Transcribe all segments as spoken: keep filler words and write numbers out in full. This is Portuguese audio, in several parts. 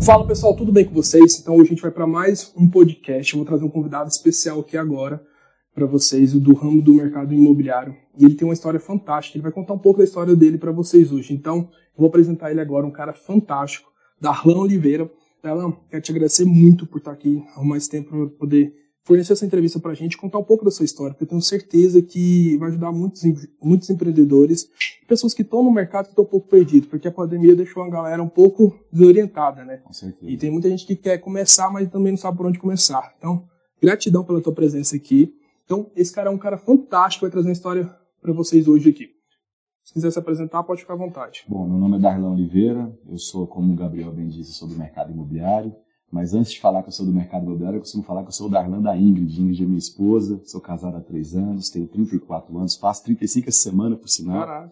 Fala pessoal, tudo bem com vocês? Então hoje a gente vai para mais um podcast. Eu vou trazer um convidado especial aqui agora para vocês, o do ramo do mercado imobiliário. E ele tem uma história fantástica, ele vai contar um pouco da história dele para vocês hoje. Então eu vou apresentar ele agora, um cara fantástico, Darlan Oliveira. Darlan, quero te agradecer muito por estar aqui há mais tempo para poder fornecer essa entrevista para a gente, contar um pouco da sua história, porque eu tenho certeza que vai ajudar muitos, muitos empreendedores, pessoas que estão no mercado que estão um pouco perdidos, porque a pandemia deixou a galera um pouco desorientada, né? Com certeza. E tem muita gente que quer começar, mas também não sabe por onde começar. Então, gratidão pela tua presença aqui. Então, esse cara é um cara fantástico, vai trazer uma história para vocês hoje aqui. Se quiser se apresentar, pode ficar à vontade. Bom, meu nome é Darlan Oliveira, eu sou, como o Gabriel bem disse, sou do mercado imobiliário. Mas antes de falar que eu sou do mercado imobiliário, eu costumo falar que eu sou o Darlan da Ingrid. Ingrid é minha esposa, sou casado há três anos, tenho trinta e quatro anos, faço trinta e cinco essa semana, por sinal. Caraca.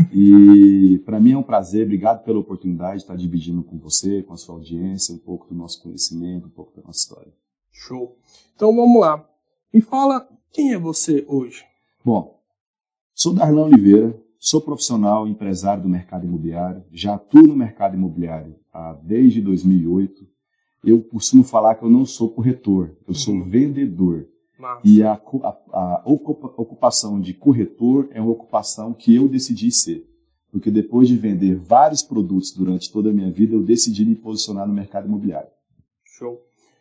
E para mim é um prazer, obrigado pela oportunidade de estar dividindo com você, com a sua audiência, um pouco do nosso conhecimento, um pouco da nossa história. Show. Então vamos lá. Me fala, quem é você hoje? Bom, sou Darlan Oliveira, sou profissional empresário do mercado imobiliário, já atuo no mercado imobiliário há, desde dois mil e oito. Eu costumo falar que eu não sou corretor, eu sou uhum. vendedor. Massa. E a, a, a ocupação de corretor é uma ocupação que eu decidi ser. Porque depois de vender vários produtos durante toda a minha vida, eu decidi me posicionar no mercado imobiliário. Show.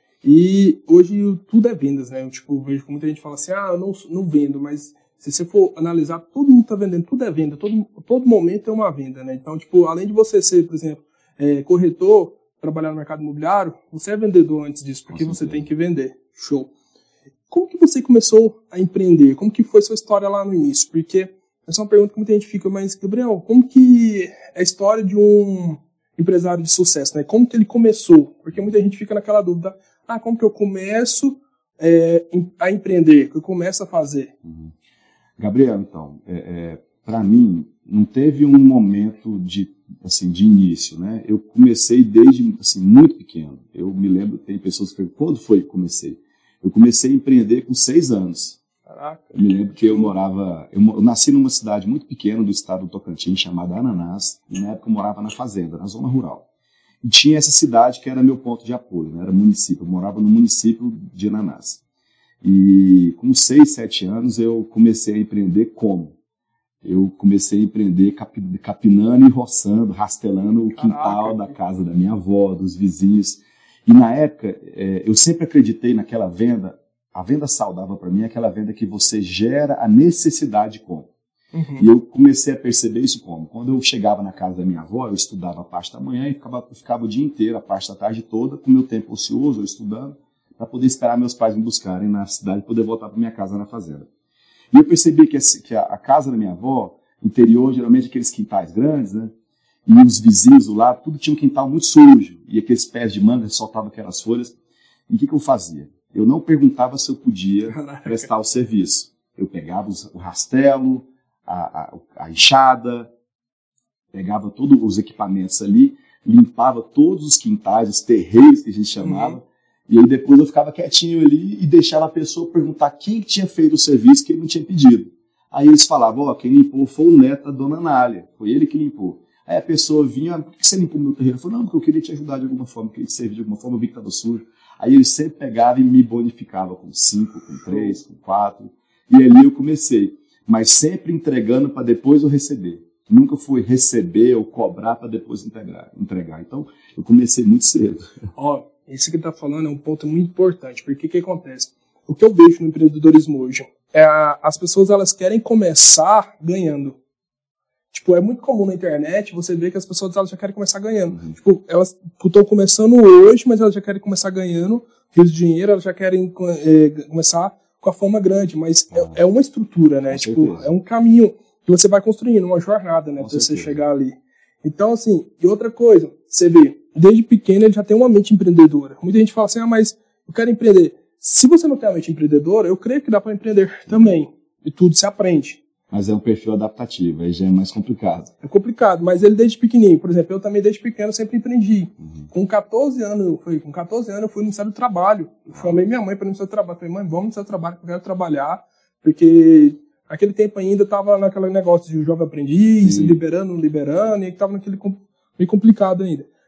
E hoje tudo é vendas, né? Eu tipo, vejo que muita gente fala assim, ah, eu não, não vendo, mas se você for analisar, todo mundo está vendendo, tudo é venda, todo, todo momento é uma venda, né? Então, tipo, além de você ser, por exemplo, é, corretor, trabalhar no mercado imobiliário, você é vendedor antes disso, porque você tem que vender. Show. Como que você começou a empreender? Como que foi sua história lá no início? Porque essa é uma pergunta que muita gente fica, mas, Gabriel, como que é a história de um empresário de sucesso, né? Como que ele começou? Porque muita gente fica naquela dúvida, ah, como que eu começo é, a empreender? Que eu começo a fazer? Uhum. Gabriel, então, é, é, para mim, não teve um momento de, assim, de início, né? Eu comecei desde assim, muito pequeno. Eu me lembro, tem pessoas que perguntam, quando foi que comecei? Eu comecei a empreender com seis anos. Caraca. Eu me lembro que eu morava, eu, eu nasci numa cidade muito pequena do estado do Tocantins, chamada Ananás, e na época eu morava na fazenda, na zona rural. E tinha essa cidade que era meu ponto de apoio, né? Era município, eu morava no município de Ananás. E com seis, sete anos eu comecei a empreender como? Eu comecei a empreender capinando e roçando, rastelando o quintal da casa da minha avó, dos vizinhos. E na época, é, eu sempre acreditei naquela venda, a venda saudável para mim é aquela venda que você gera a necessidade de compra. Uhum. E eu comecei a perceber isso como? Quando eu chegava na casa da minha avó, eu estudava a parte da manhã e ficava, ficava o dia inteiro, a parte da tarde toda, com o meu tempo ocioso, eu estudando, para poder esperar meus pais me buscarem na cidade e poder voltar para minha casa na fazenda. E eu percebi que, que a, a casa da minha avó, interior, geralmente aqueles quintais grandes, né? E os vizinhos do lado, tudo tinha um quintal muito sujo. E aqueles pés de manga soltavam aquelas folhas. E o que, que eu fazia? Eu não perguntava se eu podia prestar o serviço. Eu pegava os, o rastelo, a, a, a enxada, pegava todos os equipamentos ali, limpava todos os quintais, os terreiros que a gente chamava. Uhum. E aí depois eu ficava quietinho ali e deixava a pessoa perguntar quem que tinha feito o serviço que ele não tinha pedido. Aí eles falavam, ó, oh, quem limpou foi o neto da dona Nália, foi ele que limpou. Aí a pessoa vinha, por que você limpou o meu terreiro? Eu falei, não, porque eu queria te ajudar de alguma forma, eu queria te servir de alguma forma, eu vi que estava sujo. Aí eles sempre pegavam e me bonificavam com cinco, com três, com quatro. E ali eu comecei, mas sempre entregando para depois eu receber. Nunca fui receber ou cobrar para depois entregar, entregar. Então eu comecei muito cedo. Ó, oh. Isso que ele está falando é um ponto muito importante, porque o que acontece? O que eu vejo no empreendedorismo hoje é a, as pessoas elas querem começar ganhando. Tipo, é muito comum na internet você ver que as pessoas elas já querem começar ganhando. Uhum. Tipo, elas estão começando hoje, mas elas já querem começar ganhando rios de dinheiro, elas já querem é, começar com a fama grande, mas uhum. é, é uma estrutura, né? Com tipo, certeza. É um caminho que você vai construindo, uma jornada, né? Para você chegar ali. Então, assim, e outra coisa, você vê, desde pequeno ele já tem uma mente empreendedora. Muita gente fala assim, ah, mas eu quero empreender. Se você não tem uma mente empreendedora, eu creio que dá para empreender também. E tudo se aprende. Mas é um perfil adaptativo, aí já é mais complicado. É complicado, mas ele desde pequenininho, por exemplo, eu também desde pequeno sempre empreendi. Uhum. Com catorze anos, foi, com catorze anos eu fui no Ministério do Trabalho. Eu chamei minha mãe para o Ministério do Trabalho. Falei, mãe, vamos no Ministério do Trabalho, porque eu quero trabalhar. Porque naquele tempo ainda estava naquele negócio de jovem aprendiz, Sim. liberando, não liberando, e estava naquele meio complicado ainda.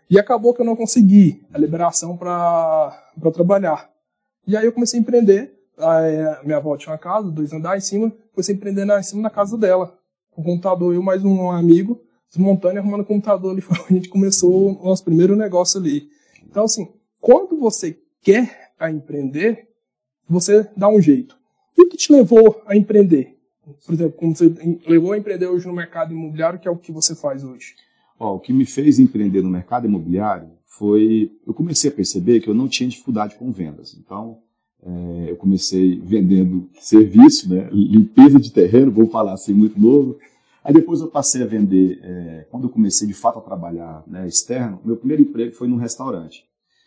E acabou que eu não consegui a liberação para trabalhar. E aí eu comecei a empreender. A minha avó tinha uma casa, dois andares em cima, comecei a empreender na, em cima da casa dela. Com o computador, eu mais um amigo, desmontando e arrumando o computador ali, a gente começou o nosso primeiro negócio ali. Então, assim, quando você quer a empreender, você dá um jeito. E o que te levou a empreender? Por exemplo, como você levou a empreender hoje no mercado imobiliário, que é o que você faz hoje? Ó, o que me fez empreender no mercado imobiliário foi... Eu comecei a perceber que eu não tinha dificuldade com vendas. Então, é, eu comecei vendendo serviço, né, limpeza de terreno, vou falar assim, muito novo. Aí depois eu passei a vender... É, quando eu comecei, de fato, a trabalhar, né, externo, meu primeiro emprego foi num restaurante.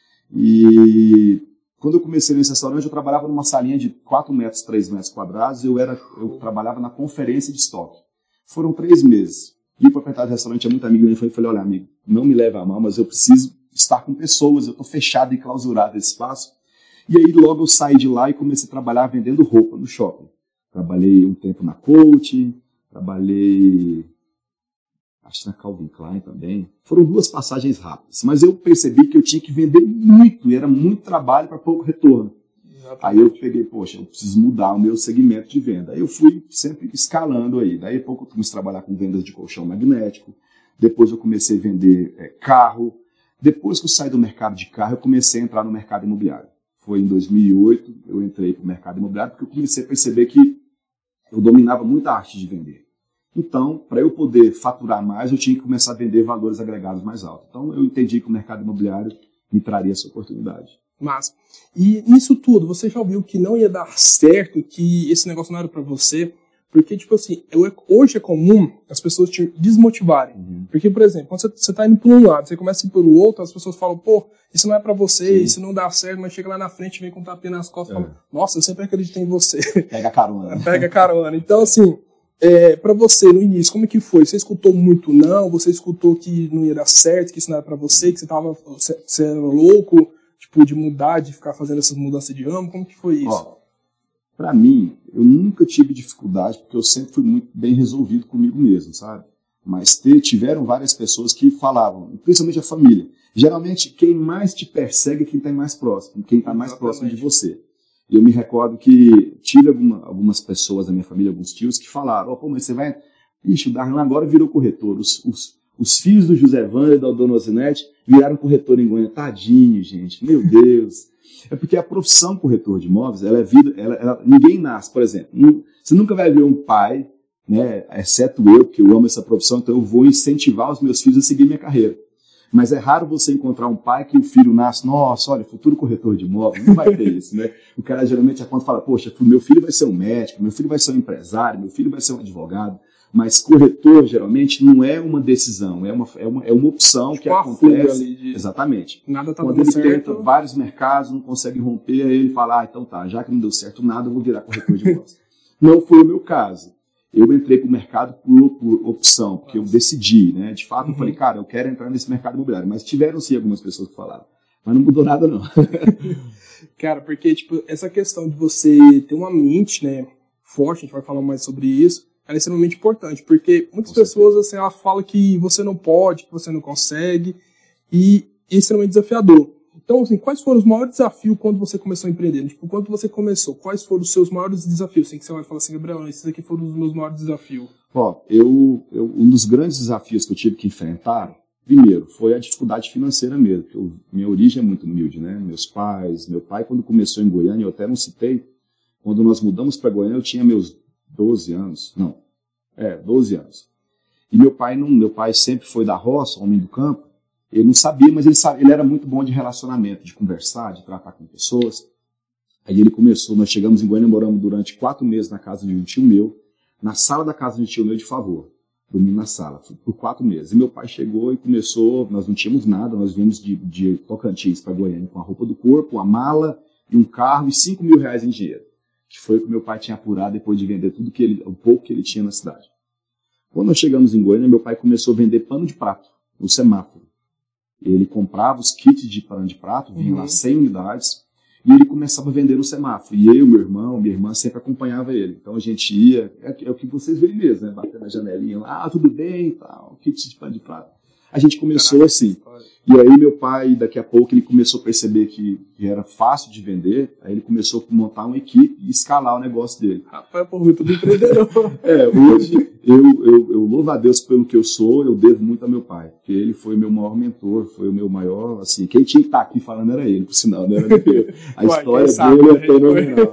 E... Quando eu comecei nesse restaurante, eu trabalhava numa salinha de quatro metros, três metros quadrados, e eu, era, eu trabalhava na conferência de estoque. Foram três meses. E o proprietário do restaurante é muito amigo dele, e falei, olha, amigo, não me leva a mal, mas eu preciso estar com pessoas, eu estou fechado e clausurado nesse espaço. E aí logo eu saí de lá e comecei a trabalhar vendendo roupa no shopping. Trabalhei um tempo na Coach, trabalhei... acho que na Calvin Klein também. Foram duas passagens rápidas. Mas eu percebi que eu tinha que vender muito. E era muito trabalho para pouco retorno. Exatamente. Aí eu peguei, poxa, eu preciso mudar o meu segmento de venda. Aí eu fui sempre escalando aí. Daí a pouco eu comecei a trabalhar com vendas de colchão magnético. Depois eu comecei a vender é, carro. Depois que eu saí do mercado de carro, eu comecei a entrar no mercado imobiliário. Foi em dois mil e oito, eu entrei para o mercado imobiliário, porque eu comecei a perceber que eu dominava muito a arte de vender. Então, para eu poder faturar mais, eu tinha que começar a vender valores agregados mais altos. Então, eu entendi que o mercado imobiliário me traria essa oportunidade. Mas, e nisso tudo, você já viu que não ia dar certo, que esse negócio não era para você? Porque, tipo assim, eu, hoje é comum as pessoas te desmotivarem. Uhum. Porque, por exemplo, quando você, você tá indo por um lado, você começa a ir pelo outro, as pessoas falam, pô, isso não é para você, Sim. isso não dá certo, mas chega lá na frente, vem com um tapinha nas costas e é. fala, nossa, eu sempre acreditei em você. Pega carona. Pega carona. Então, assim... É, para você, no início, como é que foi? Você escutou muito não? Você escutou que não ia dar certo, que isso não era para você, que você, tava, você, você era louco, tipo, de mudar, de ficar fazendo essas mudanças de ramo? Como que foi isso? Para mim, eu nunca tive dificuldade, porque eu sempre fui muito bem resolvido comigo mesmo, sabe? Mas te, tiveram várias pessoas que falavam, principalmente a família. Geralmente, quem mais te persegue é quem está mais próximo, quem está mais próximo de você. Eu me recordo que tive alguma, algumas pessoas da minha família, alguns tios, que falaram, oh, pô, mas você vai... Ixi, o Darlan agora virou corretor. Os, os, os filhos do José Wander e da Dona Osinete viraram corretor em Goiânia. Tadinho, gente. Meu Deus. É porque a profissão corretor de imóveis, ela é vida... Ela, ela, ninguém nasce, por exemplo. Não, você nunca vai ver um pai, né, exceto eu, que eu amo essa profissão, então eu vou incentivar os meus filhos a seguir minha carreira. Mas é raro você encontrar um pai que o filho nasce, nossa, olha, futuro corretor de imóvel, não vai ter isso, né? O cara geralmente aponta e fala, poxa, meu filho vai ser um médico, meu filho vai ser um empresário, meu filho vai ser um advogado. Mas corretor, geralmente, não é uma decisão, é uma, é uma, é uma opção tipo que acontece. Ali de... Exatamente. Nada tá Quando dando ele certo. tenta vários mercados, não consegue romper, aí ele fala, ah, então tá, já que não deu certo nada, eu vou virar corretor de imóveis. Não foi o meu caso. Eu entrei para o mercado por, por opção, porque eu decidi, né? De fato, uhum. eu falei, cara, eu quero entrar nesse mercado imobiliário. Mas tiveram sim algumas pessoas que falaram. Mas não mudou nada, não. Cara, porque, tipo, essa questão de você ter uma mente, né, forte, a gente vai falar mais sobre isso, é extremamente importante. Porque muitas Com pessoas, certeza. assim, elas falam que você não pode, que você não consegue, e é extremamente desafiador. Então, assim, quais foram os maiores desafios quando você começou a empreender? Tipo, quando você começou, quais foram os seus maiores desafios? Assim, que você vai falar assim, Gabriel, esses aqui foram os meus maiores desafios. Ó, eu, eu, um dos grandes desafios que eu tive que enfrentar, primeiro, foi a dificuldade financeira mesmo. Eu, minha origem é muito humilde, né? Meus pais, meu pai, quando começou em Goiânia, eu até não citei, quando nós mudamos para Goiânia, eu tinha meus doze anos, não, é, doze anos. E meu pai, não, meu pai sempre foi da roça, homem do campo. Ele não sabia, mas ele, sabia, ele era muito bom de relacionamento, de conversar, de tratar com pessoas. Aí ele começou, nós chegamos em Goiânia, moramos durante quatro meses na casa de um tio meu, na sala da casa de um tio meu de favor, dormindo na sala, por quatro meses. E meu pai chegou e começou, nós não tínhamos nada, nós viemos de, de Tocantins para Goiânia com a roupa do corpo, a mala e um carro e cinco mil reais em dinheiro, que foi o que meu pai tinha apurado depois de vender tudo que ele, o pouco que ele tinha na cidade. Quando nós chegamos em Goiânia, meu pai começou a vender pano de prato no semáforo. Ele comprava os kits de pano de prato, vinha uhum. lá cem unidades, e ele começava a vender no semáforo. E eu, meu irmão, minha irmã sempre acompanhava ele. Então a gente ia, é, é o que vocês veem mesmo, né? Batendo na janelinha lá, ah, tudo bem, tal, kit de pano de prato. A gente começou Caraca, assim. E aí meu pai, daqui a pouco, ele começou a perceber que, que era fácil de vender. Aí ele começou a montar uma equipe e escalar o negócio dele. Rapaz, por tudo empreendedor. É, hoje eu, eu, eu louvo a Deus pelo que eu sou, eu devo muito ao meu pai. Porque ele foi o meu maior mentor, foi o meu maior, assim, quem tinha que estar aqui falando era ele, por sinal, não era eu. A Ué, história sabe, dele é fenomenal.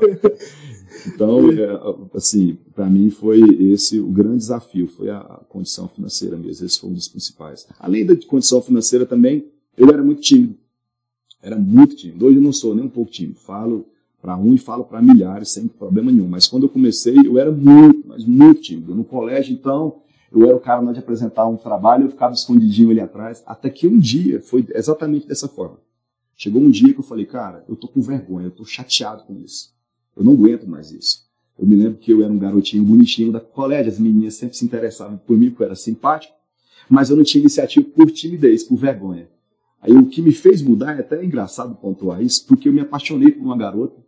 Então, é, assim, para mim foi esse o grande desafio, foi a condição financeira mesmo, esse foi um dos principais. Além da condição financeira também, eu era muito tímido, era muito tímido. Hoje eu não sou nem um pouco tímido, falo para um e falo para milhares sem problema nenhum, mas quando eu comecei eu era muito, mas muito tímido. No colégio, então, eu era o cara na hora de apresentar um trabalho, eu ficava escondidinho ali atrás, até que um dia foi exatamente dessa forma. Chegou um dia que eu falei, cara, eu tô com vergonha, eu tô chateado com isso. Eu não aguento mais isso. Eu me lembro que eu era um garotinho bonitinho da colégio, as meninas sempre se interessavam por mim, porque eu era simpático, mas eu não tinha iniciativa por timidez, por vergonha. Aí o que me fez mudar, é até engraçado pontuar isso, porque eu me apaixonei por uma garota,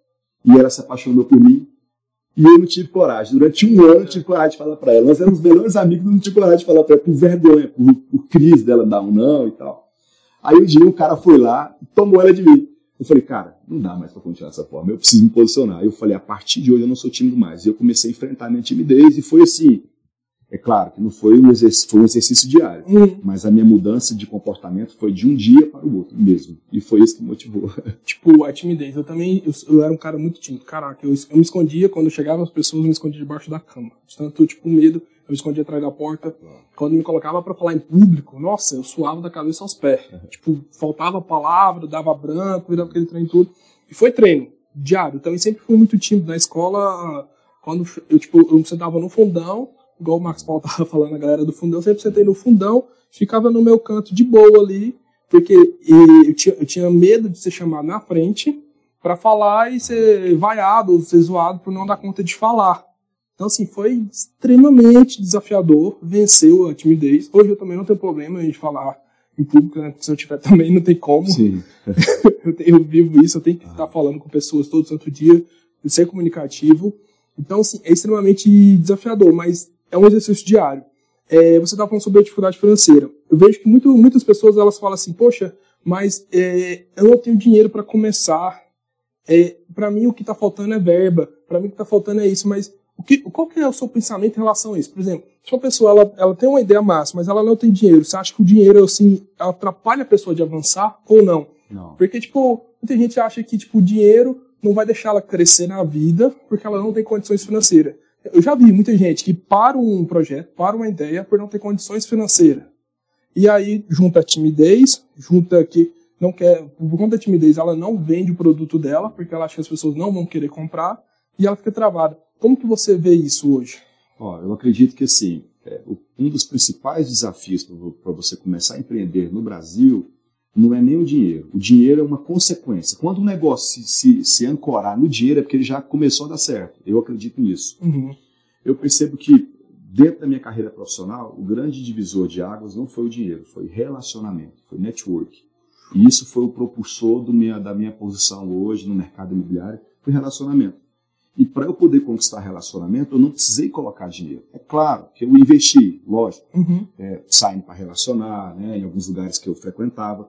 e ela se apaixonou por mim, e eu não tive coragem. Durante um ano eu tive coragem de falar para ela. Nós éramos os melhores amigos, eu não tive coragem de falar para ela, por vergonha, por, por crise dela dar um não e tal. Aí um dia o cara foi lá e tomou ela de mim. Eu falei, cara, não dá mais para continuar dessa forma, eu preciso me posicionar. Aí eu falei, a partir de hoje eu não sou tímido mais. E eu comecei a enfrentar a minha timidez e foi assim, é claro que não foi um exercício, foi um exercício diário, uhum. Mas a minha mudança de comportamento foi de um dia para o outro mesmo. E foi isso que me motivou. Tipo, a timidez, eu também, eu, eu era um cara muito tímido. Caraca, eu, eu me escondia, quando chegavam as pessoas, eu me escondia debaixo da cama. De tanto, tipo, medo, eu me escondia atrás da porta. Quando me colocava para falar em público, nossa, eu suava da cabeça aos pés. Uhum. Tipo, faltava palavra, dava branco, virava aquele treino tudo. E foi treino, diário. Eu também sempre fui muito tímido. Na escola, quando eu, tipo, eu me sentava no fundão, igual o Marcos Paulo estava falando, a galera do fundão, eu sempre sentei no fundão, ficava no meu canto de boa ali, porque eu tinha, eu tinha medo de ser chamado na frente para falar e ser vaiado, ou ser zoado por não dar conta de falar. Então, assim, foi extremamente desafiador, venceu a timidez. Hoje eu também não tenho problema em falar em público, né? Se eu tiver também, não tem como. Sim. eu, tenho, eu vivo isso, eu tenho que estar falando com pessoas todo santo dia, ser comunicativo. Então, assim, é extremamente desafiador, mas é um exercício diário. É, você estava falando sobre a dificuldade financeira. Eu vejo que muito, muitas pessoas elas falam assim, poxa, mas é, eu não tenho dinheiro para começar. É, para mim o que está faltando é verba. Para mim o que está faltando é isso. Mas o que, qual que é o seu pensamento em relação a isso? Por exemplo, se uma pessoa ela, ela tem uma ideia massa, mas ela não tem dinheiro, você acha que o dinheiro assim, atrapalha a pessoa de avançar ou não? Não. Porque tipo, muita gente acha que tipo, o dinheiro não vai deixar ela crescer na vida porque ela não tem condições financeiras. Eu já vi muita gente que para um projeto, para uma ideia, por não ter condições financeiras. E aí, junta a timidez, junta que não quer, por conta da timidez, ela não vende o produto dela, porque ela acha que as pessoas não vão querer comprar, e ela fica travada. Como que você vê isso hoje? Ó, eu acredito que, assim, é, um dos principais desafios para você começar a empreender no Brasil não é nem o dinheiro. O dinheiro é uma consequência. Quando um negócio se, se, se ancorar no dinheiro é porque ele já começou a dar certo. Eu acredito nisso. Uhum. Eu percebo que, dentro da minha carreira profissional, o grande divisor de águas não foi o dinheiro, foi relacionamento, foi network. E isso foi o propulsor do minha, da minha posição hoje no mercado imobiliário, foi relacionamento. E para eu poder conquistar relacionamento, eu não precisei colocar dinheiro. É claro que eu investi, lógico, uhum. é, saindo para relacionar, né, em alguns lugares que eu frequentava.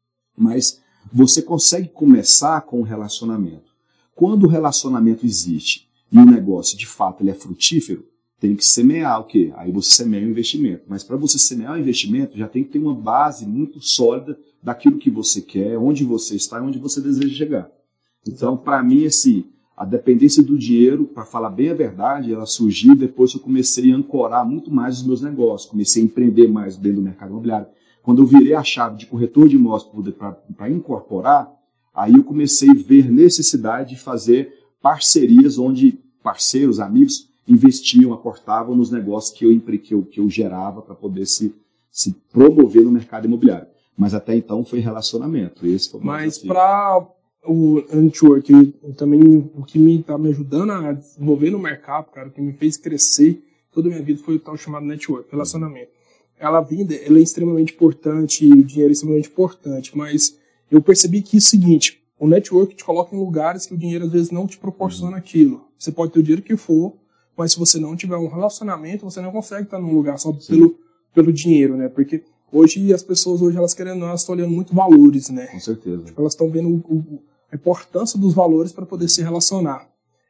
Mas você consegue começar com o relacionamento. Quando o relacionamento existe e o negócio, de fato, ele é frutífero, tem que semear o quê? Aí você semeia o investimento. Mas para você semear o investimento, já tem que ter uma base muito sólida daquilo que você quer, onde você está e onde você deseja chegar. Então, para mim, assim, a dependência do dinheiro, para falar bem a verdade, ela surgiu depois que eu comecei a ancorar muito mais os meus negócios, comecei a empreender mais dentro do mercado imobiliário. Quando eu virei a chave de corretor de imóveis para incorporar, aí eu comecei a ver necessidade de fazer parcerias onde parceiros, amigos, investiam, aportavam nos negócios que eu, que eu, que eu gerava para poder se, se promover no mercado imobiliário. Mas até então foi relacionamento. Esse foi o Mas para o network, também o que me está me ajudando a desenvolver no mercado, cara, o que me fez crescer toda a minha vida foi o tal chamado network, relacionamento. Ela vinda, ela é extremamente importante, o dinheiro é extremamente importante, mas eu percebi que é o seguinte, o network te coloca em lugares que o dinheiro às vezes não te proporciona aquilo. Você pode ter o dinheiro que for, mas se você não tiver um relacionamento, você não consegue estar num lugar só pelo, pelo dinheiro, né? Porque hoje as pessoas, hoje elas querendo, elas estão olhando muito valores, né? Com certeza. Tipo, elas estão vendo o, o, a importância dos valores para poder se relacionar.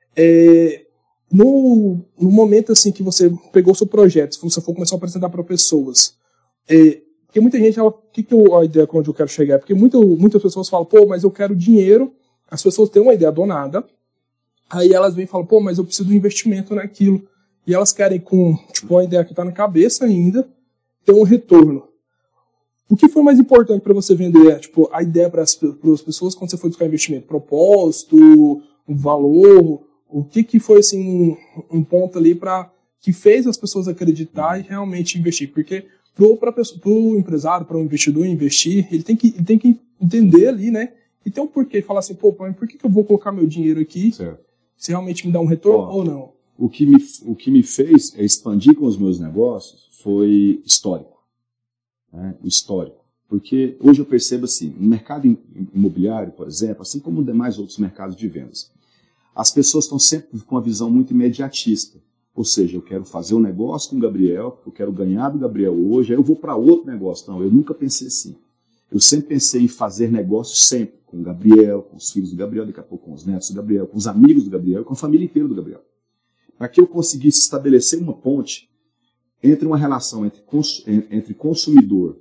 É, no, no momento assim que você pegou o seu projeto, se você for começar a apresentar para pessoas, é, porque muita gente, o que, que eu, a ideia onde eu quero chegar? Porque muito, muitas pessoas falam, pô, mas eu quero dinheiro. As pessoas têm uma ideia donada, aí elas vêm e falam, pô, mas eu preciso de um investimento naquilo. E elas querem, com tipo, uma ideia que está na cabeça ainda, ter um retorno. O que foi mais importante para você vender? Tipo, a ideia para as pessoas quando você foi buscar investimento? Propósito, um valor? O que, que foi assim, um, um ponto ali para que fez as pessoas acreditar e realmente investir? Porque para o empresário, para o investidor investir, ele tem, que, ele tem que entender ali, né? E tem um porquê, falar assim, pô, por que, que eu vou colocar meu dinheiro aqui, certo, se realmente me dá um retorno Ó, ou não? O que, me, o que me fez expandir com os meus negócios foi histórico. Né? O histórico. Porque hoje eu percebo assim, no mercado imobiliário, por exemplo, assim como demais outros mercados de vendas, as pessoas estão sempre com uma visão muito imediatista. Ou seja, eu quero fazer um negócio com o Gabriel, eu quero ganhar do Gabriel hoje, aí eu vou para outro negócio. Não, eu nunca pensei assim. Eu sempre pensei em fazer negócio sempre, com o Gabriel, com os filhos do Gabriel, daqui a pouco com os netos do Gabriel, com os amigos do Gabriel, com a família inteira do Gabriel. Para que eu conseguisse estabelecer uma ponte entre uma relação entre, cons entre consumidor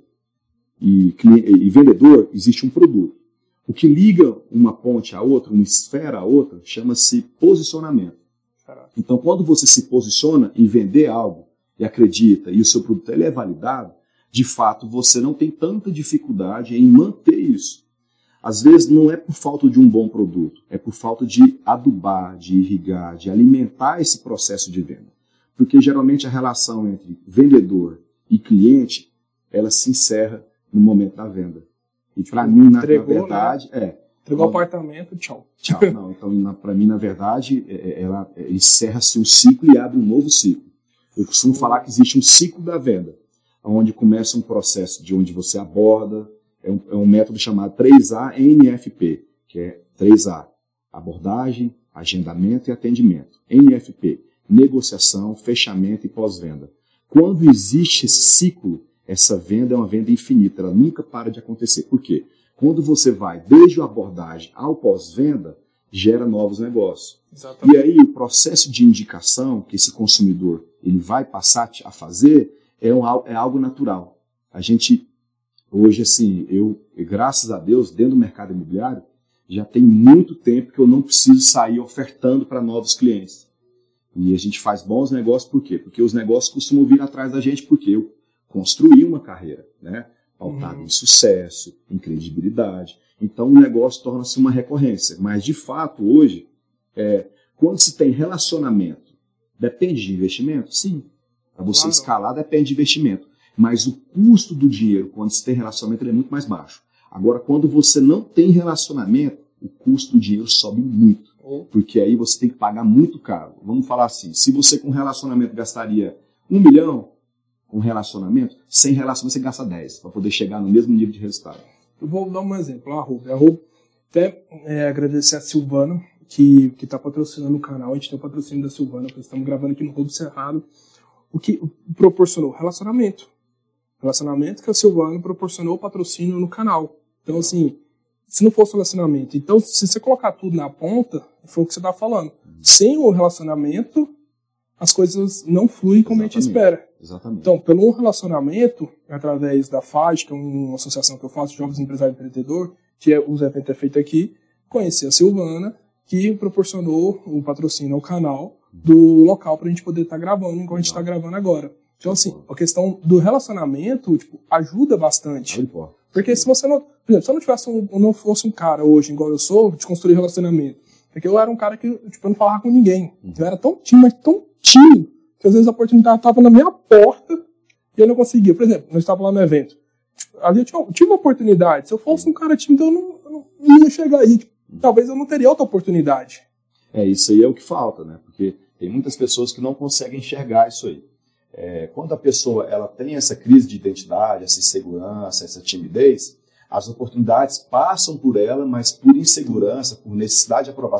e, e vendedor, existe um produto. O que liga uma ponte à outra, uma esfera à outra, chama-se posicionamento. Então, quando você se posiciona em vender algo e acredita e o seu produto ele é validado, de fato, você não tem tanta dificuldade em manter isso. Às vezes, não é por falta de um bom produto, é por falta de adubar, de irrigar, de alimentar esse processo de venda. Porque, geralmente, a relação entre vendedor e cliente, ela se encerra no momento da venda. E, para mim, na, Entregou, na verdade, né? é... Entregou o apartamento, tchau. Tchau. Não, então, para mim, na verdade, ela encerra-se um ciclo e abre um novo ciclo. Eu costumo falar que existe um ciclo da venda, onde começa um processo de onde você aborda, é um, é um método chamado três A N F P, que é três A, abordagem, agendamento e atendimento. N F P, negociação, fechamento e pós-venda. Quando existe esse ciclo, essa venda é uma venda infinita, ela nunca para de acontecer. Por quê? Quando você vai desde a abordagem ao pós-venda, gera novos negócios. Exatamente. E aí o processo de indicação que esse consumidor ele vai passar a fazer é, um, é algo natural. A gente, hoje, assim, eu, graças a Deus, dentro do mercado imobiliário, já tem muito tempo que eu não preciso sair ofertando para novos clientes. E a gente faz bons negócios, por quê? Porque os negócios costumam vir atrás da gente, porque eu construí uma carreira, né? Pautado uhum. em sucesso, em credibilidade. Então o negócio torna-se uma recorrência. Mas, de fato, hoje, é, quando se tem relacionamento, depende de investimento? Sim. Para você claro. escalar, depende de investimento. Mas o custo do dinheiro, quando se tem relacionamento, ele é muito mais baixo. Agora, quando você não tem relacionamento, o custo do dinheiro sobe muito. Uhum. Porque aí você tem que pagar muito caro. Vamos falar assim, se você com relacionamento gastaria um milhão, com relacionamento, sem relacionamento você gasta dez, para poder chegar no mesmo nível de resultado. Eu vou dar um exemplo, a Rubem. A Rubem, até é, agradecer a Silvana, que está patrocinando o canal. A gente tem o patrocínio da Silvana, porque estamos gravando aqui no Rubem Cerrado. O que proporcionou? Relacionamento. Relacionamento que a Silvana proporcionou o patrocínio no canal. Então, assim, se não fosse relacionamento... Então, se você colocar tudo na ponta, foi o que você está falando. Sem o relacionamento, as coisas não fluem como Exatamente. a gente espera. Exatamente. Então, pelo relacionamento, através da F A D, que é uma associação que eu faço, Jovens Empresários e Empreendedor, que é, os eventos é feito aqui, conheci a Silvana, que proporcionou o patrocínio ao canal do local para a gente poder estar tá gravando, igual a gente está gravando agora. Então, assim, a questão do relacionamento tipo, ajuda bastante. Porque se você não... Por exemplo, se eu não, tivesse um, não fosse um cara hoje, igual eu sou, de construir relacionamento, porque eu era um cara que tipo, eu não falava com ninguém. Eu era tão tímido, mas tão tímido, que às vezes a oportunidade estava na minha porta e eu não conseguia. Por exemplo, nós estávamos lá no evento. Tipo, ali eu tive, tive uma oportunidade. Se eu fosse um cara tímido, eu não, eu não ia chegar aí. Tipo, talvez eu não teria outra oportunidade. É, isso aí é o que falta, né? Porque tem muitas pessoas que não conseguem enxergar isso aí. É, quando a pessoa ela tem essa crise de identidade, essa insegurança, essa timidez, as oportunidades passam por ela, mas por insegurança, por necessidade de aprovação,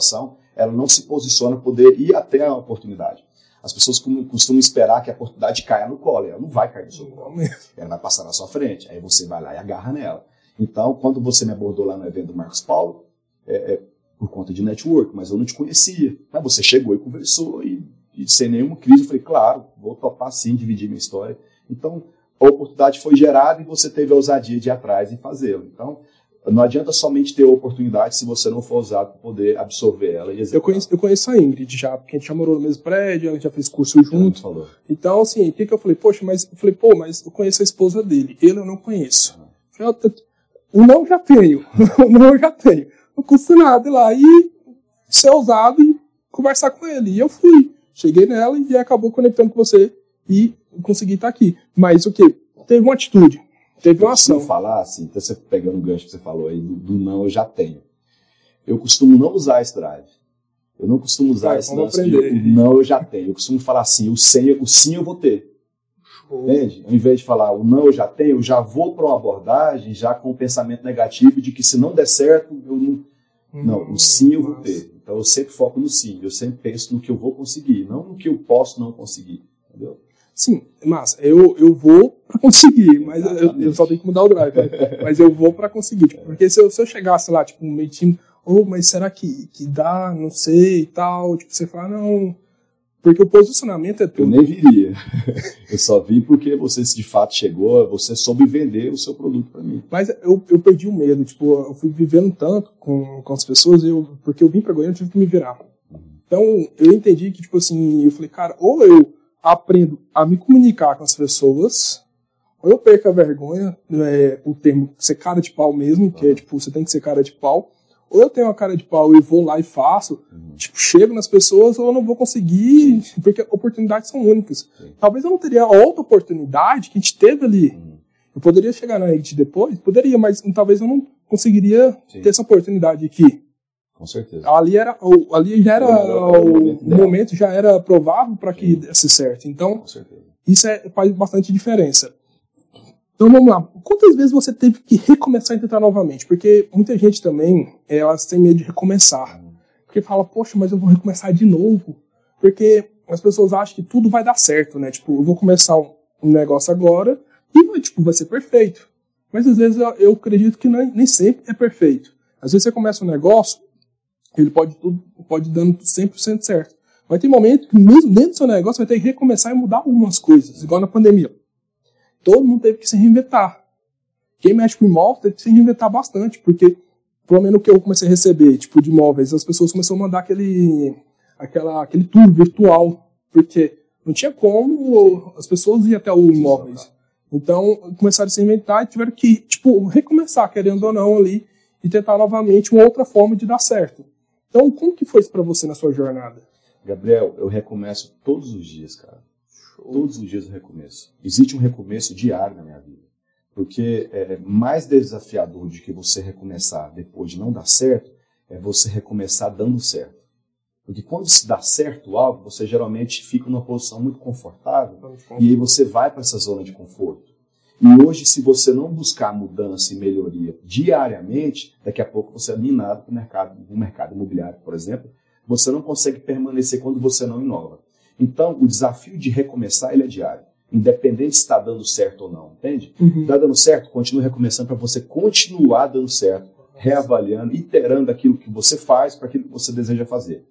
ela não se posiciona para poder ir até a oportunidade. As pessoas costumam esperar que a oportunidade caia no colo, ela não vai cair no seu colo, ela vai passar na sua frente, aí você vai lá e agarra nela. Então, quando você me abordou lá no evento do Marcos Paulo, é, é por conta de network, mas eu não te conhecia. Mas você chegou e conversou, e, e sem nenhuma crise eu falei, claro, vou topar sim, dividir minha história. Então, a oportunidade foi gerada e você teve a ousadia de ir atrás e fazê-lo. Então, não adianta somente ter a oportunidade se você não for ousado para poder absorver ela e executar. Eu conheço, eu conheço a Ingrid já, porque a gente já morou no mesmo prédio, ela já fez curso junto. Falou. Então, assim, o que, que eu falei? Poxa, mas eu falei, pô, mas eu conheço a esposa dele, ele eu não conheço. Uhum. Eu falei, o não eu já tenho, o não eu já tenho. Não custa nada ir lá e ser ousado e conversar com ele. E eu fui, cheguei nela e acabou conectando com você e consegui estar aqui. Mas o que? Teve uma atitude. Teve uma ação. Eu costumo falar assim, então você pegando o gancho que você falou aí, do, do não eu já tenho. Eu costumo não usar esse drive. Eu não costumo usar é, esse lance de o não eu já tenho. Eu costumo falar assim, o, sem, o sim eu vou ter. Show. Entende? Ao invés de falar o não eu já tenho, eu já vou para uma abordagem já com um pensamento negativo de que se não der certo, eu não... Hum, não, o sim eu nossa. vou ter. Então eu sempre foco no sim. Eu sempre penso no que eu vou conseguir, não no que eu posso não conseguir. Entendeu? Sim, mas eu, eu vou para conseguir, mas eu, eu só tenho que mudar o drive, né? Mas eu vou para conseguir, tipo, porque se eu, se eu chegasse lá, tipo, no meio time, oh, mas será que, que dá, não sei e tal, tipo, você fala, não, porque o posicionamento é tudo. Eu nem viria, eu só vim porque você de fato chegou, você soube vender o seu produto para mim. Mas eu, eu perdi o medo, tipo, eu fui vivendo tanto com, com as pessoas, eu, porque eu vim para Goiânia, eu tive que me virar. Então, eu entendi que, tipo assim, eu falei, cara, ou eu aprendo a me comunicar com as pessoas, ou eu perco a vergonha, é, o termo ser cara de pau mesmo, que é tipo, você tem que ser cara de pau, ou eu tenho uma cara de pau e vou lá e faço, uhum. tipo, chego nas pessoas, ou eu não vou conseguir, Sim. porque oportunidades são únicas. Sim. Talvez eu não teria outra oportunidade que a gente teve ali. Uhum. Eu poderia chegar na gente depois, poderia, mas talvez eu não conseguiria Sim. ter essa oportunidade aqui. Com certeza. Ali, era, ali já era, o, o, momento, o momento já era provável para que desse certo. Então, isso é, faz bastante diferença. Então, vamos lá. Quantas vezes você teve que recomeçar e tentar novamente? Porque muita gente também, elas têm medo de recomeçar. Hum. Porque fala, poxa, mas eu vou recomeçar de novo. Porque as pessoas acham que tudo vai dar certo, né? Tipo, eu vou começar um, um negócio agora e vai, tipo, vai ser perfeito. Mas às vezes eu, eu acredito que não, nem sempre é perfeito. Às vezes você começa um negócio, ele pode tudo, pode dando cem por cento certo. Vai ter momento que mesmo dentro do seu negócio vai ter que recomeçar e mudar algumas coisas, igual na pandemia. Todo mundo teve que se reinventar. Quem mexe com imóvel teve que se reinventar bastante, porque, pelo menos o que eu comecei a receber, tipo, de imóveis, as pessoas começaram a mandar aquele, aquela, aquele tour virtual, porque não tinha como as pessoas ir até o imóveis. Então, começaram a se reinventar e tiveram que, tipo, recomeçar, querendo ou não, ali, e tentar novamente uma outra forma de dar certo. Então, como que foi isso pra você na sua jornada? Gabriel, eu recomeço todos os dias, cara. Show. Todos os dias eu recomeço. Existe um recomeço diário na minha vida. Porque é mais desafiador de que você recomeçar depois de não dar certo, é você recomeçar dando certo. Porque quando se dá certo algo, você geralmente fica numa posição muito confortável e aí você vai para essa zona de conforto. E hoje, se você não buscar mudança e melhoria diariamente, daqui a pouco você é minado para o mercado, no mercado imobiliário, por exemplo, você não consegue permanecer quando você não inova. Então, o desafio de recomeçar ele é diário, independente se está dando certo ou não, entende? Uhum. Está dando certo, continue recomeçando para você continuar dando certo, reavaliando, iterando aquilo que você faz para aquilo que você deseja fazer.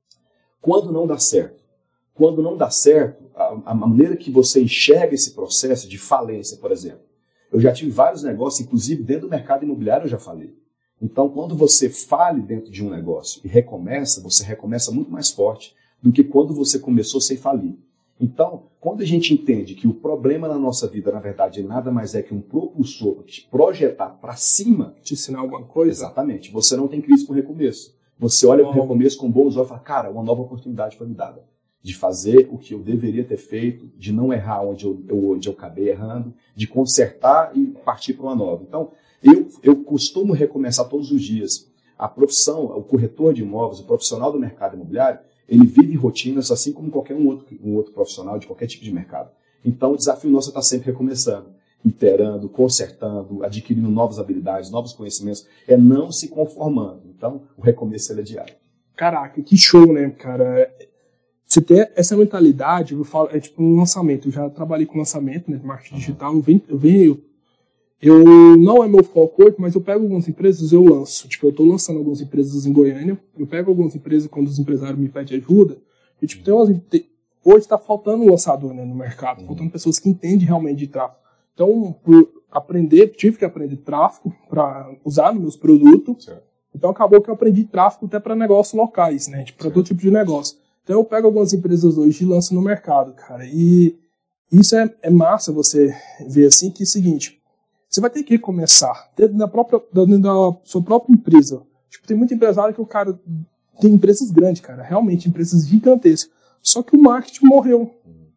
Quando não dá certo, quando não dá certo, a, a maneira que você enxerga esse processo de falência, por exemplo. Eu já tive vários negócios, inclusive dentro do mercado imobiliário eu já falei. Então, quando você fale dentro de um negócio e recomeça, você recomeça muito mais forte do que quando você começou sem falir. Então, quando a gente entende que o problema na nossa vida, na verdade, nada mais é que um propulsor para te projetar para cima... Te ensinar alguma coisa? Exatamente. Você não tem crise com recomeço. Você olha para o recomeço com bons olhos e fala, cara, uma nova oportunidade foi me dada. De fazer o que eu deveria ter feito, de não errar onde eu, eu, onde eu acabei errando, de consertar e partir para uma nova. Então, eu, eu costumo recomeçar todos os dias. A profissão, o corretor de imóveis, o profissional do mercado imobiliário, ele vive rotinas assim como qualquer um outro, um outro profissional de qualquer tipo de mercado. Então, o desafio nosso é estar sempre recomeçando, iterando, consertando, adquirindo novas habilidades, novos conhecimentos, é não se conformando. Então, o recomeço ele é diário. Caraca, que show, né, cara? Você ter essa mentalidade, eu falo, é tipo um lançamento. Eu já trabalhei com lançamento, né, marketing digital. Eu venho, eu venho, eu não é meu foco hoje, mas eu pego algumas empresas e eu lanço. Tipo, eu tô lançando algumas empresas em Goiânia. Eu pego algumas empresas quando os empresários me pedem ajuda. E tipo, tem umas, hoje está faltando um lançador, né, no mercado, uhum. faltando pessoas que entendem realmente de tráfego. Então, por aprender, tive que aprender tráfego para usar nos meus produtos. Certo. Então, acabou que eu aprendi tráfego até para negócios locais, né, tipo, para todo tipo de negócio. Então, eu pego algumas empresas hoje e lanço no mercado, cara. E isso é, é massa você ver assim, que é o seguinte, você vai ter que começar dentro da, própria, dentro da sua própria empresa. Tipo, tem muito empresário que o cara tem empresas grandes, cara, realmente empresas gigantescas. Só que o marketing morreu.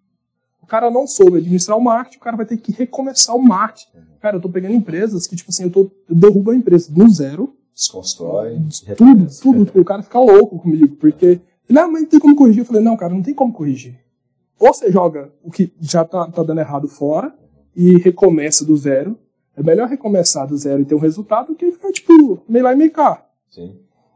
O cara não soube administrar o marketing, o cara vai ter que recomeçar o marketing. Cara, eu tô pegando empresas que, tipo assim, eu, tô, eu derrubo a empresa do zero. Desconstrói. Tudo, tudo. Tipo, o cara fica louco comigo, porque... Não, mas não tem como corrigir. Eu falei, não, cara, não tem como corrigir. Ou você joga o que já tá, tá dando errado fora e recomeça do zero. É melhor recomeçar do zero e ter um resultado do que ficar, tipo, meio lá e meio cá. Sim.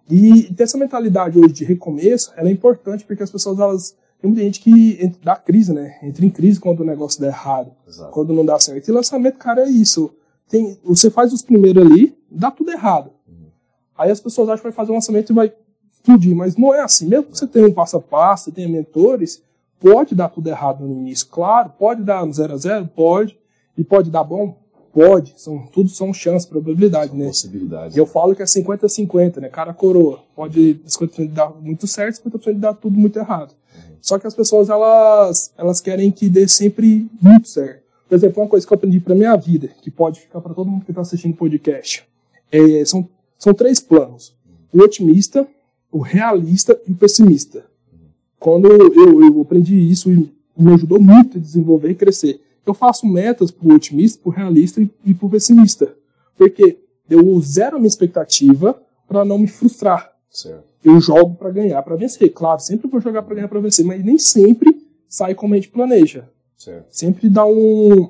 E ter essa mentalidade hoje de recomeço, ela é importante porque as pessoas, elas... Tem muita gente que dá crise, né? Entra em crise quando o negócio dá errado. Exato. Quando não dá certo. E lançamento, cara, é isso. Tem, você faz os primeiros ali, dá tudo errado. Uhum. Aí as pessoas acham que vai fazer um lançamento e vai explodir. Mas não é assim. Mesmo que você tenha um passo a passo, tenha mentores, pode dar tudo errado no início. Claro, pode dar no zero a zero, pode. E pode dar bom? Pode. São, tudo são chances, probabilidade, são né? Possibilidades. E eu falo que é cinquenta a cinquenta, né? Cara coroa. Pode cinquenta por cento dar muito certo, cinquenta por cento dar tudo muito errado. Uhum. Só que as pessoas, elas, elas querem que dê sempre muito certo. Por exemplo, uma coisa que eu aprendi pra minha vida, que pode ficar para todo mundo que está assistindo o podcast, é, são, são três planos. O otimista, o realista e o pessimista. Uhum. Quando eu, eu aprendi isso, e me ajudou muito a desenvolver e crescer. Eu faço metas pro otimista, pro realista e, e pro pessimista. Porque eu zero a minha expectativa para não me frustrar. Certo. Eu jogo para ganhar, para vencer. Claro, sempre vou jogar para ganhar, para vencer, mas nem sempre sai como a gente planeja. Certo. Sempre dá um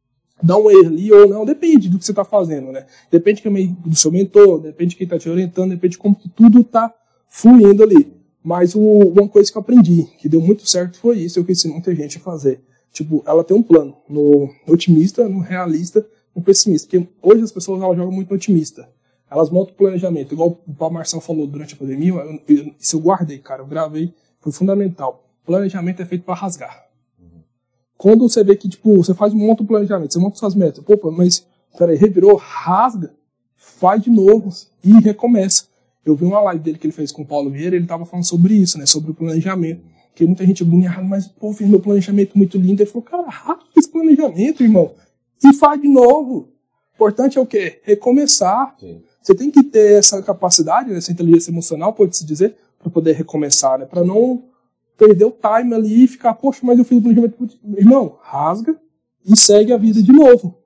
dá um erro ali ou não, depende do que você está fazendo, né? Depende do seu mentor, depende de quem está te orientando, depende de como que tudo está fluindo ali. Mas o, uma coisa que eu aprendi, que deu muito certo, foi isso, eu que ensino muita gente a fazer. Tipo, ela tem um plano no otimista, no realista, no pessimista. Porque hoje as pessoas elas jogam muito no otimista. Elas montam o planejamento. Igual o Paulo Marçal falou durante a pandemia, eu, eu, isso eu guardei, cara, eu gravei, foi fundamental. Planejamento é feito para rasgar. Uhum. Quando você vê que, tipo, você faz um monta o planejamento, você monta suas metas, opa, mas, peraí, revirou, rasga, faz de novo e recomeça. Eu vi uma live dele que ele fez com o Paulo Vieira, ele tava falando sobre isso, né, sobre o planejamento. Porque muita gente agoniada, mas, pô, fiz meu planejamento muito lindo. Ele falou, cara, rápido esse planejamento, irmão. E faz de novo. O importante é o quê? Recomeçar. Sim. Você tem que ter essa capacidade, essa inteligência emocional, pode-se dizer, para poder recomeçar, né? Para não perder o time ali e ficar, poxa, mas eu fiz o planejamento. Irmão, rasga e segue a vida de novo.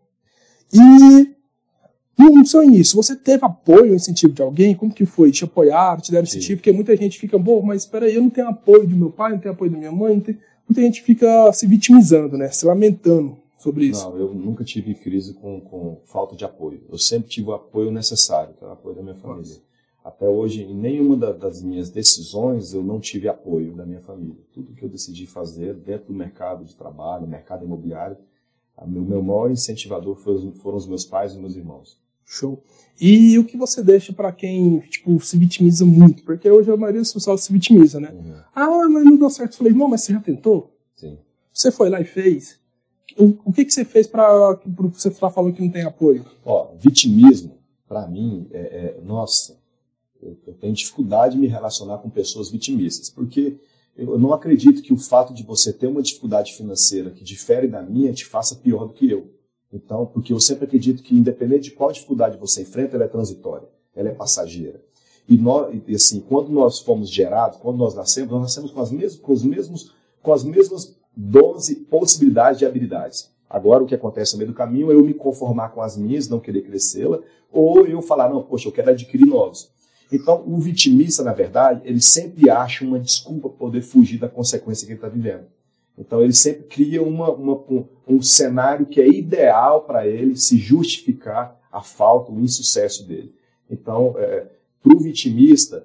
E no seu início, você teve apoio, incentivo de alguém? Como que foi? Te apoiaram, te deram incentivo? Porque muita gente fica, bom, mas espera aí, eu não tenho apoio do meu pai, não tenho apoio da minha mãe, não tenho... muita gente fica se vitimizando, né? Se lamentando sobre isso. Não, eu nunca tive crise com, com falta de apoio. Eu sempre tive o apoio necessário, que é o apoio da minha família. Nossa. Até hoje, em nenhuma da, das minhas decisões, eu não tive apoio da minha família. Tudo que eu decidi fazer dentro do mercado de trabalho, mercado imobiliário, o meu, meu maior incentivador foram, foram os meus pais e meus irmãos. Show. E o que você deixa pra quem, tipo, se vitimiza muito? Porque hoje a maioria das pessoas se vitimiza, né? Uhum. Ah, mas não deu certo. Eu falei, irmão, mas você já tentou? Sim. Você foi lá e fez? O, o que, que você fez pra, pra você estar falando que não tem apoio? Ó, vitimismo, pra mim, é, é nossa, eu, eu tenho dificuldade de me relacionar com pessoas vitimistas, porque eu não acredito que o fato de você ter uma dificuldade financeira que difere da minha te faça pior do que eu. Então, porque eu sempre acredito que, independente de qual dificuldade você enfrenta, ela é transitória, ela é passageira. E, nós, e assim, quando nós fomos gerados, quando nós nascemos, nós nascemos com as mesmas, com os mesmos, com as mesmas doze possibilidades e habilidades. Agora, o que acontece no meio do caminho é eu me conformar com as minhas, não querer crescê-la, ou eu falar, não, poxa, eu quero adquirir novos. Então, o vitimista, na verdade, ele sempre acha uma desculpa para poder fugir da consequência que ele está vivendo. Então ele sempre cria uma, uma, um, um cenário que é ideal para ele se justificar a falta, o insucesso dele. Então, é, para o vitimista,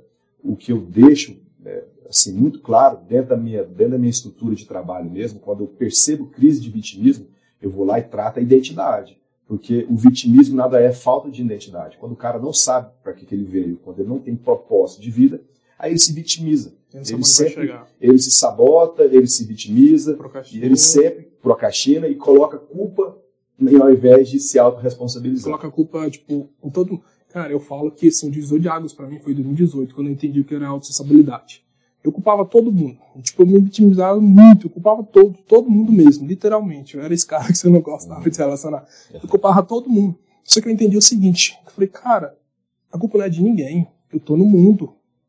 o que eu deixo é, assim, muito claro dentro da, minha, dentro da minha estrutura de trabalho mesmo, quando eu percebo crise de vitimismo, eu vou lá e trato a identidade. Porque o vitimismo nada é falta de identidade. Quando o cara não sabe para que, que ele veio, quando ele não tem propósito de vida, aí ele se vitimiza. Ele, sempre, ele se sabota, ele se vitimiza, e ele sempre procrastina e coloca culpa ao invés de se autorresponsabilizar. Coloca a culpa, tipo, em todo... Cara, eu falo que assim, o divisor de águas para mim foi em dois mil e dezoito, quando eu entendi o que era autorresponsabilidade. Eu culpava todo mundo. Tipo, eu me vitimizava muito. Eu culpava todo, todo mundo mesmo, literalmente. Eu era esse cara que você não gostava de se relacionar. Eu culpava todo mundo. Só que eu entendi o seguinte. Eu falei, cara, a culpa não é de ninguém. Eu tô no mundo.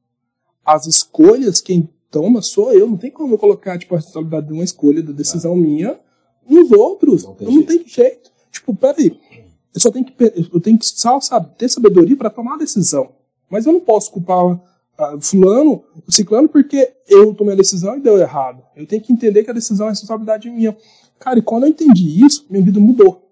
As escolhas, quem toma sou eu. Não tem como eu colocar, tipo, a responsabilidade de uma escolha, da decisão ah. minha, nos outros. Não eu não tenho jeito. Tipo, peraí. Eu só tenho que, eu tenho que só, sabe, ter sabedoria para tomar a decisão. Mas eu não posso culpar Uh, fulano, ciclano, porque eu tomei a decisão e deu errado. Eu tenho que entender que a decisão é responsabilidade minha. Cara, e quando eu entendi isso, minha vida mudou.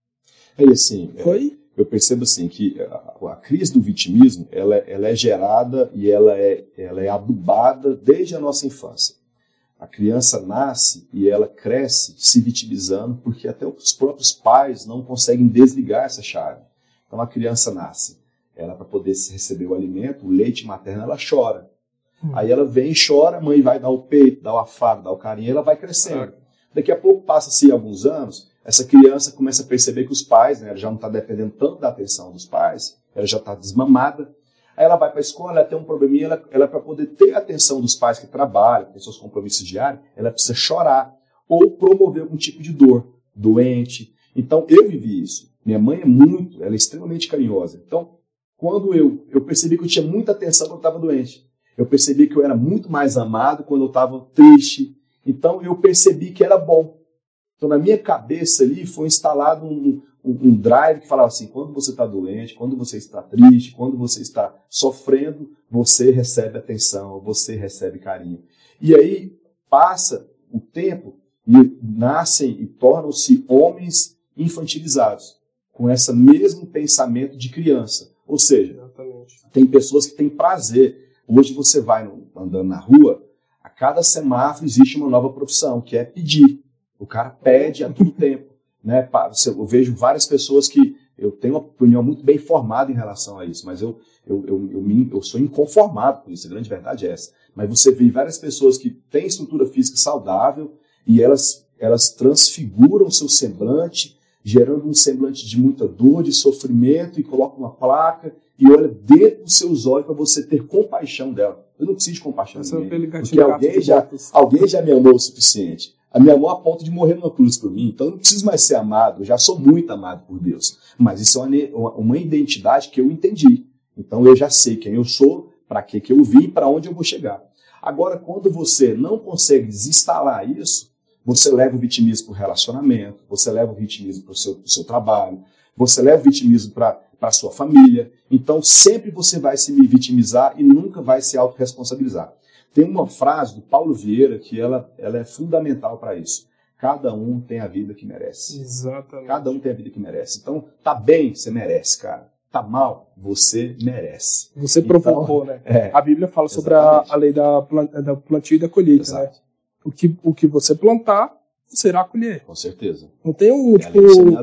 É assim, Foi? É, eu percebo assim que a, a crise do vitimismo, ela, ela é gerada e ela é, ela é adubada desde a nossa infância. A criança nasce e ela cresce se vitimizando porque até os próprios pais não conseguem desligar essa chave. Então a criança nasce. Ela, para poder receber o alimento, o leite materno, ela chora. Hum. Aí ela vem e chora, a mãe vai dar o peito, dar o afago, dar o carinho, ela vai crescendo. Ah. Daqui a pouco, passa-se alguns anos, essa criança começa a perceber que os pais, né, ela já não está dependendo tanto da atenção dos pais, ela já está desmamada. Aí ela vai para a escola, ela tem um probleminha, ela, ela para poder ter a atenção dos pais que trabalham, tem seus compromissos diários, ela precisa chorar ou promover algum tipo de dor, doente. Então, eu vivi isso. Minha mãe é muito, ela é extremamente carinhosa. Então, quando eu, eu percebi que eu tinha muita atenção quando eu estava doente. Eu percebi que eu era muito mais amado quando eu estava triste. Então eu percebi que era bom. Então na minha cabeça ali foi instalado um, um, um drive que falava assim, quando você está doente, quando você está triste, quando você está sofrendo, você recebe atenção, você recebe carinho. E aí passa o tempo e nascem e tornam-se homens infantilizados, com esse mesmo pensamento de criança. Ou seja, Exatamente. Tem pessoas que têm prazer. Hoje você vai no, andando na rua, a cada semáforo existe uma nova profissão, que é pedir. O cara pede a todo tempo. Né? Eu vejo várias pessoas que... Eu tenho uma opinião muito bem formada em relação a isso, mas eu, eu, eu, eu, me, eu sou inconformado com isso, a grande verdade é essa. Mas você vê várias pessoas que têm estrutura física saudável e elas, elas transfiguram o seu semblante, gerando um semblante de muita dor, de sofrimento, e coloca uma placa e olha dentro dos seus olhos para você ter compaixão dela. Eu não preciso de compaixão de ninguém, porque alguém já, alguém já me amou o suficiente. A minha amor a ponto de morrer numa cruz por mim, então eu não preciso mais ser amado, eu já sou muito amado por Deus. Mas isso é uma, uma identidade que eu entendi. Então eu já sei quem eu sou, para que que eu vim e para onde eu vou chegar. Agora, quando você não consegue desinstalar isso, você leva o vitimismo para o relacionamento, você leva o vitimismo para o seu, seu trabalho, você leva o vitimismo para a sua família. Então, sempre você vai se vitimizar e nunca vai se autorresponsabilizar. Tem uma frase do Paulo Vieira que ela, ela é fundamental para isso. Cada um tem a vida que merece. Exatamente. Cada um tem a vida que merece. Então, tá bem, você merece, cara. Tá mal, você merece. Você então, provocou, né? É, a Bíblia fala sobre a, a lei da, da plantio e da colheita, Exato. Né? O que, o que você plantar, você irá colher. Com certeza. Não tem um, é tipo...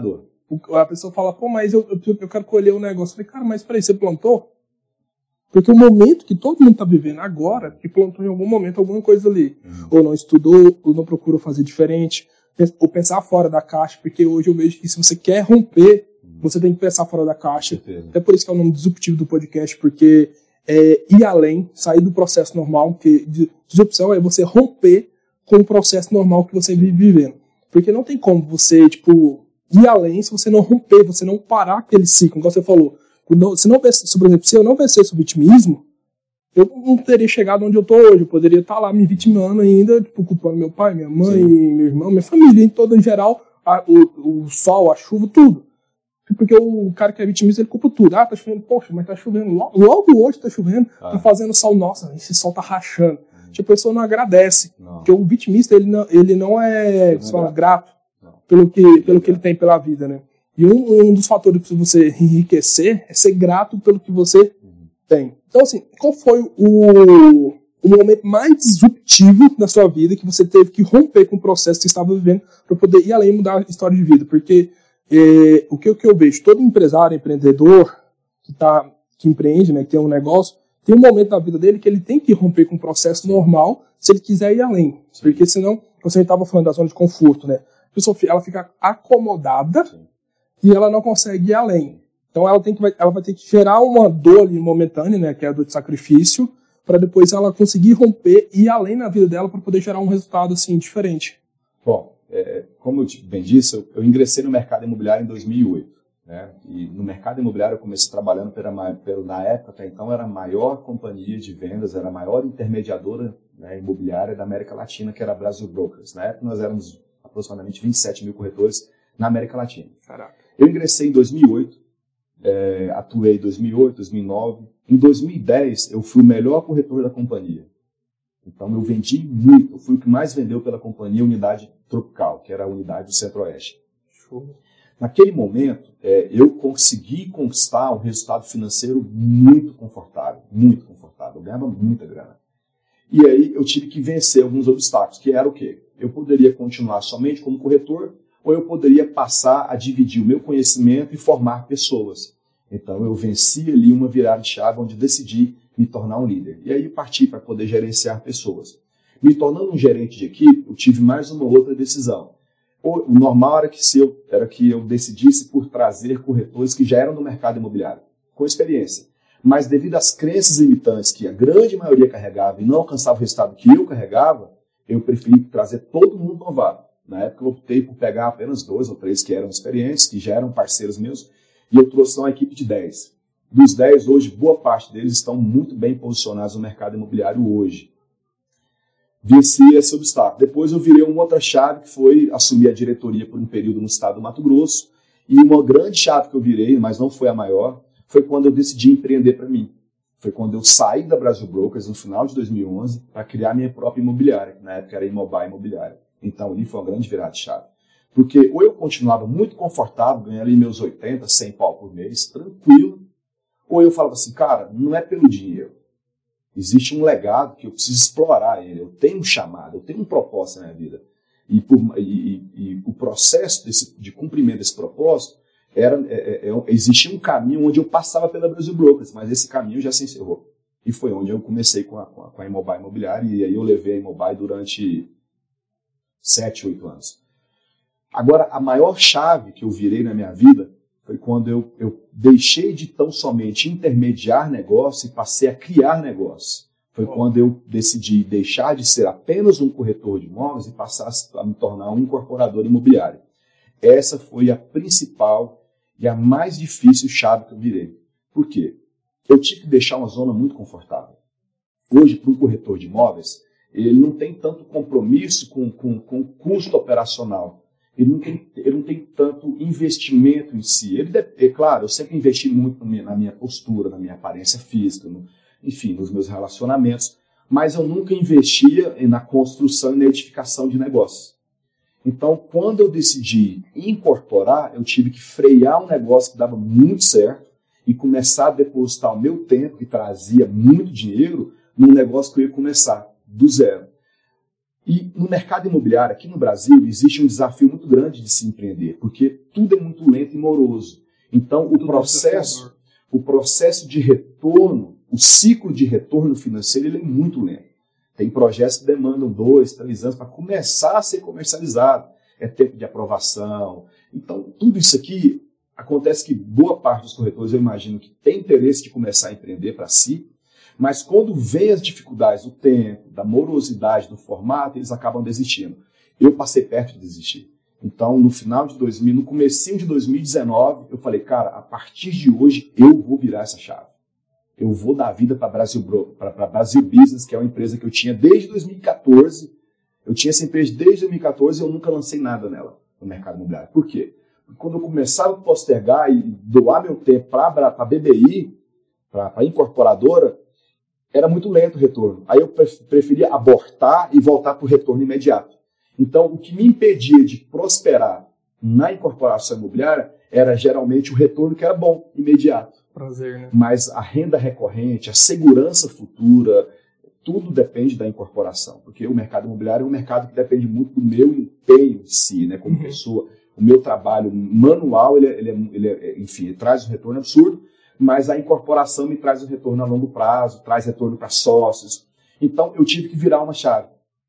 A, a pessoa fala, pô, mas eu, eu, eu quero colher um negócio. Eu falei, cara, mas peraí, você plantou? Porque o momento que todo mundo está vivendo agora, que plantou em algum momento alguma coisa ali. Uhum. Ou não estudou, ou não procurou fazer diferente, ou pensar fora da caixa, porque hoje eu vejo que se você quer romper, uhum. você tem que pensar fora da caixa. É por isso que é o nome disruptivo do podcast, porque é ir além, sair do processo normal, porque disrupção é você romper com o processo normal que você vive vivendo. Porque não tem como você, tipo, ir além se você não romper, você não parar aquele ciclo, como você falou. Se, não, se, por exemplo, se eu não vencesse o vitimismo, eu não teria chegado onde eu estou hoje. Eu poderia estar lá me vitimando ainda, tipo, culpando meu pai, minha mãe, Sim. meu irmão, minha família, em todo em geral, a, o, o sol, a chuva, tudo. Porque o cara que é vitimista, ele culpa tudo. Ah, tá chovendo, poxa, mas tá chovendo. Logo, logo hoje tá chovendo, ah. tá fazendo sol. Nossa, esse sol tá rachando. Hum. Tipo, a pessoa não agradece. Não. Porque o vitimista, ele não, ele não é, não fala, é grato, grato pelo, que, pelo que ele tem pela vida, né? E um, um dos fatores para você enriquecer é ser grato pelo que você Tem. Então, assim, qual foi o, o momento mais disruptivo da sua vida que você teve que romper com o processo que você estava vivendo para poder ir além e mudar a história de vida? Porque é, o, que, o que eu vejo, todo empresário, empreendedor que, tá, que empreende, né, que tem um negócio, tem um momento da vida dele que ele tem que romper com o processo normal se ele quiser ir além. Sim. Porque senão, você estava falando da zona de conforto, né? A pessoa ela fica acomodada. Sim. E ela não consegue ir além. Então ela, tem que, ela vai ter que gerar uma dor ali momentânea, né, que é a dor de sacrifício, para depois ela conseguir romper e ir além na vida dela para poder gerar um resultado assim diferente. Bom, é, como eu bem disse, eu, eu ingressei no mercado imobiliário em dois mil e oito. Né, e no mercado imobiliário eu comecei trabalhando, pela, pela, na época até então, era a maior companhia de vendas, era a maior intermediadora, né, imobiliária da América Latina, que era a Brasil Brokers. Na época nós éramos aproximadamente vinte e sete mil corretores na América Latina. Caraca. Eu ingressei em dois mil e oito, é, atuei em dois mil e oito, dois mil e nove. Em dois mil e dez, eu fui o melhor corretor da companhia. Então, eu vendi muito. Eu fui o que mais vendeu pela companhia Unidade Tropical, que era a unidade do Centro-Oeste. Naquele momento, é, eu consegui conquistar um resultado financeiro muito confortável. Muito confortável. Eu ganhava muita grana. E aí, eu tive que vencer alguns obstáculos, que era o quê? Eu poderia continuar somente como corretor, ou eu poderia passar a dividir o meu conhecimento e formar pessoas. Então, eu venci ali uma virada de chave onde decidi me tornar um líder. E aí, parti para poder gerenciar pessoas. Me tornando um gerente de equipe, eu tive mais uma outra decisão. O normal era que, se eu, era que eu decidisse por trazer corretores que já eram do mercado imobiliário, com experiência. Mas devido às crenças limitantes que a grande maioria carregava e não alcançava o resultado que eu carregava, eu preferi trazer todo mundo novato. Na época eu optei por pegar apenas dois ou três que eram experientes, que já eram parceiros meus, e eu trouxe uma equipe de dez. Dos dez, hoje, boa parte deles estão muito bem posicionados no mercado imobiliário hoje. Venci esse obstáculo. Depois eu virei uma outra chave, que foi assumir a diretoria por um período no estado do Mato Grosso, e uma grande chave que eu virei, mas não foi a maior, foi quando eu decidi empreender para mim. Foi quando eu saí da Brasil Brokers no final de dois mil e onze para criar minha própria imobiliária, que na época era Imobai Imobiliária. Então, ali foi uma grande virada de chave. Porque ou eu continuava muito confortável, ganhando ali meus oitenta, cem pau por mês, tranquilo, ou eu falava assim, cara, não é pelo dinheiro. Existe um legado que eu preciso explorar ele. Eu tenho um chamado, eu tenho um propósito na minha vida. E, por, e, e, e o processo desse, de cumprimento desse propósito, era, é, é, existia um caminho onde eu passava pela Brasil Brokers, mas esse caminho já se encerrou. E foi onde eu comecei com a, com a, com a Imobai Imobiliária, e aí eu levei a Imobai durante sete, oito anos. Agora, a maior chave que eu virei na minha vida foi quando eu, eu deixei de tão somente intermediar negócio e passei a criar negócio. Foi quando eu decidi deixar de ser apenas um corretor de imóveis e passar a me tornar um incorporador imobiliário. Essa foi a principal e a mais difícil chave que eu virei. Por quê? Eu tive que deixar uma zona muito confortável. Hoje, para um corretor de imóveis, ele não tem tanto compromisso com, com, com o custo operacional. Ele não, tem, ele não tem tanto investimento em si. Ele deve, é claro, eu sempre investi muito na minha postura, na minha aparência física, no, enfim, nos meus relacionamentos, mas eu nunca investia na construção e na edificação de negócios. Então, quando eu decidi incorporar, eu tive que frear um negócio que dava muito certo e começar a depositar o meu tempo, que trazia muito dinheiro, num negócio que eu ia começar do zero. E no mercado imobiliário, aqui no Brasil, existe um desafio muito grande de se empreender, porque tudo é muito lento e moroso. Então, o processo, o processo de retorno, o ciclo de retorno financeiro, ele é muito lento. Tem projetos que demandam dois, três anos para começar a ser comercializado. É tempo de aprovação. Então, tudo isso aqui, acontece que boa parte dos corretores, eu imagino, que tem interesse de começar a empreender para si, mas quando vem as dificuldades do tempo, da morosidade, do formato, eles acabam desistindo. Eu passei perto de desistir. Então, no final de dois mil, no comecinho de dois mil e dezenove, eu falei, cara, a partir de hoje eu vou virar essa chave. Eu vou dar vida para Brasil, para Brasil Business, que é uma empresa que eu tinha desde dois mil e quatorze. Eu tinha essa empresa desde dois mil e quatorze e eu nunca lancei nada nela, no mercado imobiliário. Por quê? Porque quando eu começava a postergar e doar meu tempo para a B B I, para a incorporadora, era muito lento o retorno. Aí eu preferia abortar e voltar para o retorno imediato. Então, o que me impedia de prosperar na incorporação imobiliária era geralmente o retorno que era bom, imediato. prazer, né? Mas a renda recorrente, a segurança futura, tudo depende da incorporação. Porque o mercado imobiliário é um mercado que depende muito do meu empenho em si, né, como uhum. pessoa. O meu trabalho manual, ele, ele, é, ele é, enfim, ele traz um retorno absurdo, mas a incorporação me traz um retorno a longo prazo, traz retorno para sócios. Então, eu tive que virar uma chave.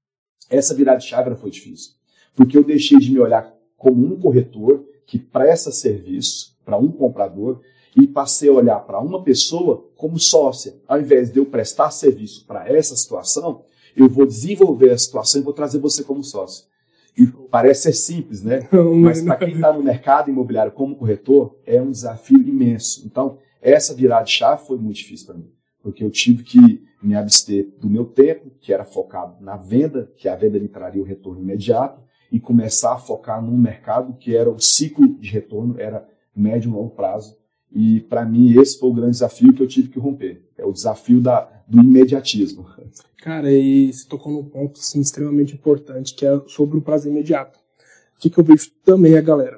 Essa virada de chave foi difícil, porque eu deixei de me olhar como um corretor que presta serviço para um comprador e passei a olhar para uma pessoa como sócia. Ao invés de eu prestar serviço para essa situação, eu vou desenvolver a situação e vou trazer você como sócio. E parece ser simples, né? Mas para quem está no mercado imobiliário como corretor, é um desafio imenso. Então, essa virada de chave foi muito difícil para mim, porque eu tive que me abster do meu tempo, que era focado na venda, que a venda me traria o retorno imediato, e começar a focar num mercado que era o ciclo de retorno, era médio e longo prazo. E, para mim, esse foi o grande desafio que eu tive que romper. É o desafio da, do imediatismo. Cara, e você tocou num ponto assim, extremamente importante, que é sobre o prazer imediato. O que, que eu vejo também, a galera?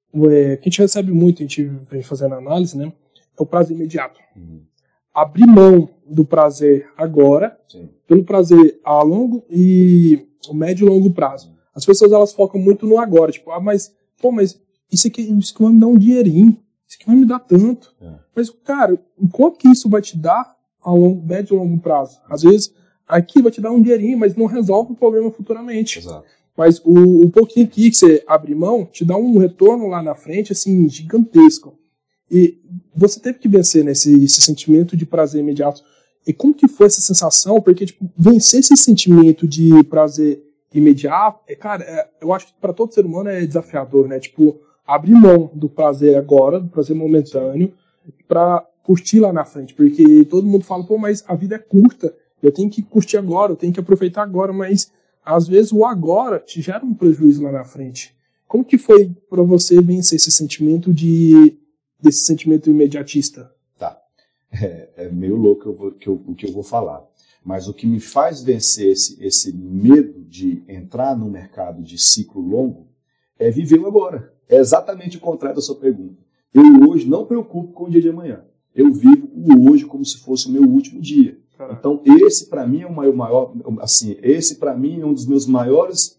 É, que a gente recebe muito, a gente vem fazendo análise, né? É o prazer imediato. Uhum. Abrir mão do prazer agora, Sim. pelo prazer a longo e o médio e longo prazo. Uhum. As pessoas, elas focam muito no agora. Tipo, ah, mas, pô, mas isso aqui, isso aqui vai me dar um dinheirinho. Isso aqui vai me dar tanto. É. Mas, cara, quanto que isso vai te dar a longo, médio e longo prazo? Às vezes, aqui vai te dar um dinheirinho, mas não resolve o problema futuramente. Exato. Mas o, o pouquinho aqui que você abre mão, te dá um retorno lá na frente, assim, gigantesco. E você teve que vencer nesse esse sentimento de prazer imediato. E como que foi essa sensação? Porque, tipo, vencer esse sentimento de prazer imediato, é, cara, é, eu acho que para todo ser humano é desafiador, né? Tipo, abrir mão do prazer agora, do prazer momentâneo, para curtir lá na frente. Porque todo mundo fala, pô, mas a vida é curta, eu tenho que curtir agora, eu tenho que aproveitar agora, mas às vezes o agora te gera um prejuízo lá na frente. Como que foi para você vencer esse sentimento de desse sentimento imediatista? Tá. É, é meio louco eu vou, que eu, o que eu vou falar. Mas o que me faz vencer esse, esse medo de entrar no mercado de ciclo longo é viver o agora. É exatamente o contrário da sua pergunta. Eu hoje não me preocupo com o dia de amanhã. Eu vivo o hoje como se fosse o meu último dia. Caraca. Então, esse para mim é o maior, maior assim, esse para mim é um dos meus maiores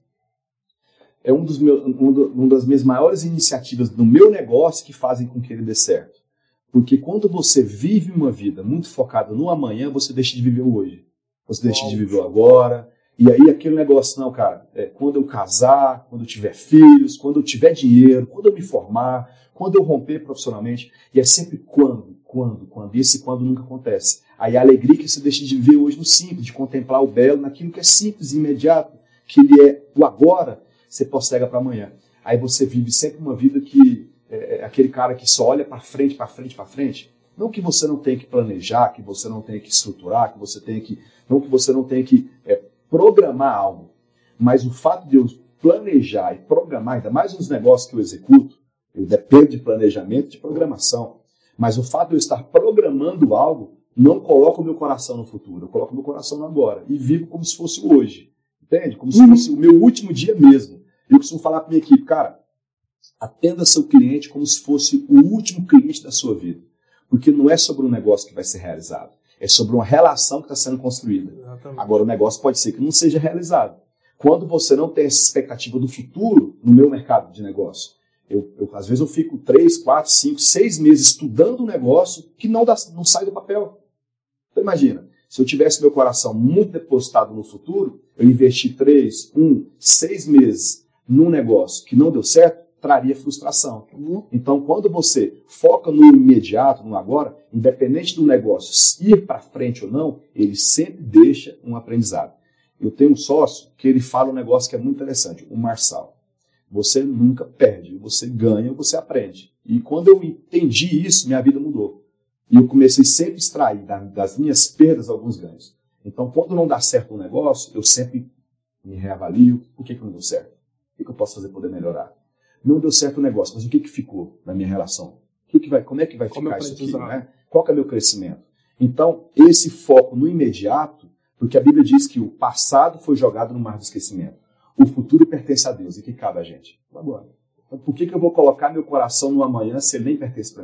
é um dos meus, um do, uma das minhas maiores iniciativas no meu negócio que fazem com que ele dê certo. Porque quando você vive uma vida muito focada no amanhã, você deixa de viver o hoje. Você deixa Uau. de viver o agora. E aí aquele negócio, não, cara, é, quando eu casar, quando eu tiver filhos, quando eu tiver dinheiro, quando eu me formar, quando eu romper profissionalmente, e é sempre quando, quando, quando, e esse quando nunca acontece. Aí a alegria que você deixa de viver hoje no simples, de contemplar o belo, naquilo que é simples e imediato, que ele é o agora, você posterga para amanhã. Aí você vive sempre uma vida que é, é aquele cara que só olha para frente, para frente, para frente. Não que você não tenha que planejar, que você não tenha que estruturar, que você tenha que, não que você não tenha que é, programar algo. Mas o fato de eu planejar e programar, ainda mais nos negócios que eu executo, eu dependo de planejamento e de programação. Mas o fato de eu estar programando algo não coloca o meu coração no futuro, eu coloco o meu coração no agora. E vivo como se fosse hoje. Entende? Como se uhum. fosse o meu último dia mesmo. Eu costumo falar para minha equipe, cara, atenda seu cliente como se fosse o último cliente da sua vida. Porque não é sobre um negócio que vai ser realizado. É sobre uma relação que está sendo construída. Exatamente. Agora, o negócio pode ser que não seja realizado. Quando você não tem essa expectativa do futuro no meu mercado de negócio, eu, eu, às vezes eu fico três, quatro, cinco, seis meses estudando um negócio que não, dá, não sai do papel. Então, imagina, se eu tivesse meu coração muito depositado no futuro, eu investi três, um, seis meses num negócio que não deu certo, traria frustração. Então, quando você foca no imediato, no agora, independente do negócio ir para frente ou não, ele sempre deixa um aprendizado. Eu tenho um sócio que ele fala um negócio que é muito interessante, o Marçal. Você nunca perde, você ganha, você aprende. E quando eu entendi isso, minha vida mudou. E eu comecei sempre a extrair das minhas perdas alguns ganhos. Então, quando não dá certo um negócio, eu sempre me reavalio. Por que, que não deu certo? O que, que eu posso fazer para poder melhorar? Não deu certo o negócio, mas o que, que ficou na minha relação? O que que vai, como é que vai como ficar isso aqui? Né? Qual que é o meu crescimento? Então, esse foco no imediato, porque a Bíblia diz que o passado foi jogado no mar do esquecimento. O futuro pertence a Deus. E que cabe a gente? Agora. Então, por que, que eu vou colocar meu coração no amanhã se ele nem pertence para mim?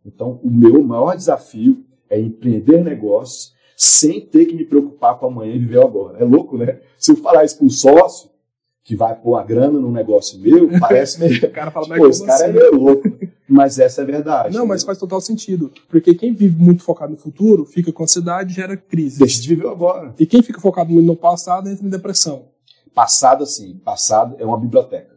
Então, o meu maior desafio é empreender negócios sem ter que me preocupar com amanhã e viver o agora. É louco, né? Se eu falar isso para um sócio que vai pôr a grana num negócio meu, parece meio... O cara fala, pô, esse cara assim? É meio louco. Mas essa é a verdade. Não, né? Mas faz total sentido. Porque quem vive muito focado no futuro, fica com ansiedade e gera crise. Deixa de viver o agora. E quem fica focado muito no passado, entra em depressão. Passado, assim, passado é uma biblioteca.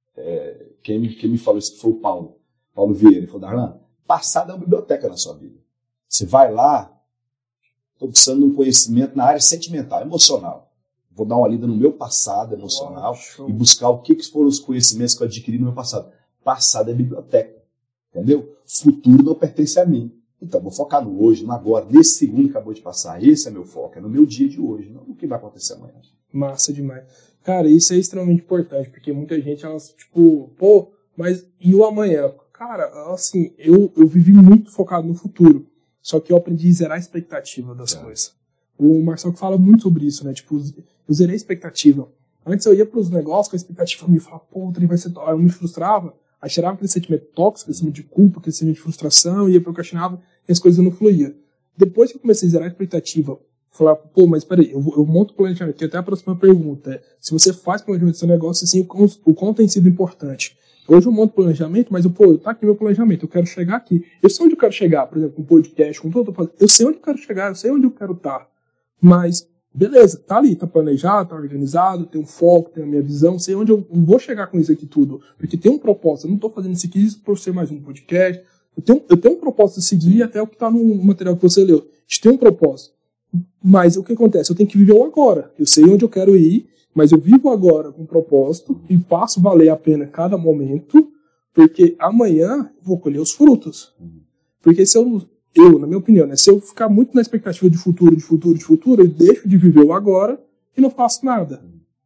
É, quem, me, quem me falou isso foi o Paulo. Paulo Vieira. Ele falou, Darlan, passado é uma biblioteca na sua vida. Você vai lá, estou precisando de um conhecimento na área sentimental, emocional. Vou dar uma lida no meu passado emocional oh, e buscar o que, que foram os conhecimentos que eu adquiri no meu passado. Passado é biblioteca, entendeu? Futuro não pertence a mim. Então, vou focar no hoje, no agora, nesse segundo que acabou de passar. Esse é meu foco, é no meu dia de hoje, não no que vai acontecer amanhã. Massa demais. Cara, isso é extremamente importante, porque muita gente, elas, tipo, pô, mas e o amanhã? Cara, assim, eu, eu vivi muito focado no futuro, só que eu aprendi a zerar a expectativa das é. coisas. O Marcelo que fala muito sobre isso, né? Tipo, eu zerei a expectativa. Antes eu ia pros negócios com a expectativa, me falava, pô, o trem vai ser... Eu me frustrava, aí tirava aquele sentimento tóxico, aquele sentimento de culpa, aquele sentimento de frustração, ia procrastinava e as coisas não fluíam. Depois que eu comecei a zerar a expectativa, falava, pô, mas peraí, eu, eu monto o planejamento, que até a próxima pergunta é, se você faz planejamento do seu negócio, assim, o, o quanto tem sido importante. Hoje eu monto planejamento, mas eu, pô, tá aqui meu planejamento, eu quero chegar aqui. Eu sei onde eu quero chegar, por exemplo, com um podcast, com tudo, eu sei onde eu quero chegar, eu sei onde eu quero estar. Mas, beleza, tá ali, tá planejado, tá organizado, tem um foco, tem a minha visão, sei onde eu vou chegar com isso aqui tudo. Porque tem um propósito, eu não tô fazendo isso aqui por ser mais um podcast. Eu tenho, eu tenho um propósito a seguir, até o que tá no material que você leu. A gente tem um propósito. Mas o que acontece? Eu tenho que viver o agora. Eu sei onde eu quero ir, mas eu vivo agora com um propósito e faço valer a pena cada momento, porque amanhã eu vou colher os frutos. Porque se eu... Eu, na minha opinião, né? Se eu ficar muito na expectativa de futuro, de futuro, de futuro, eu deixo de viver o agora e não faço nada.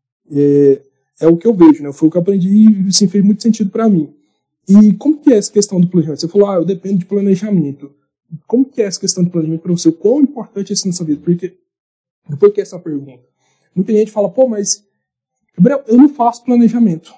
É, é o que eu vejo, né? Foi o que eu aprendi e assim, fez muito sentido para mim. E como que é essa questão do planejamento? Você falou, ah, eu dependo de planejamento. Como que é essa questão de planejamento para você? O quão importante é isso na sua vida? Porque, por que essa pergunta? Muita gente fala, pô, mas Gabriel, eu não faço planejamento.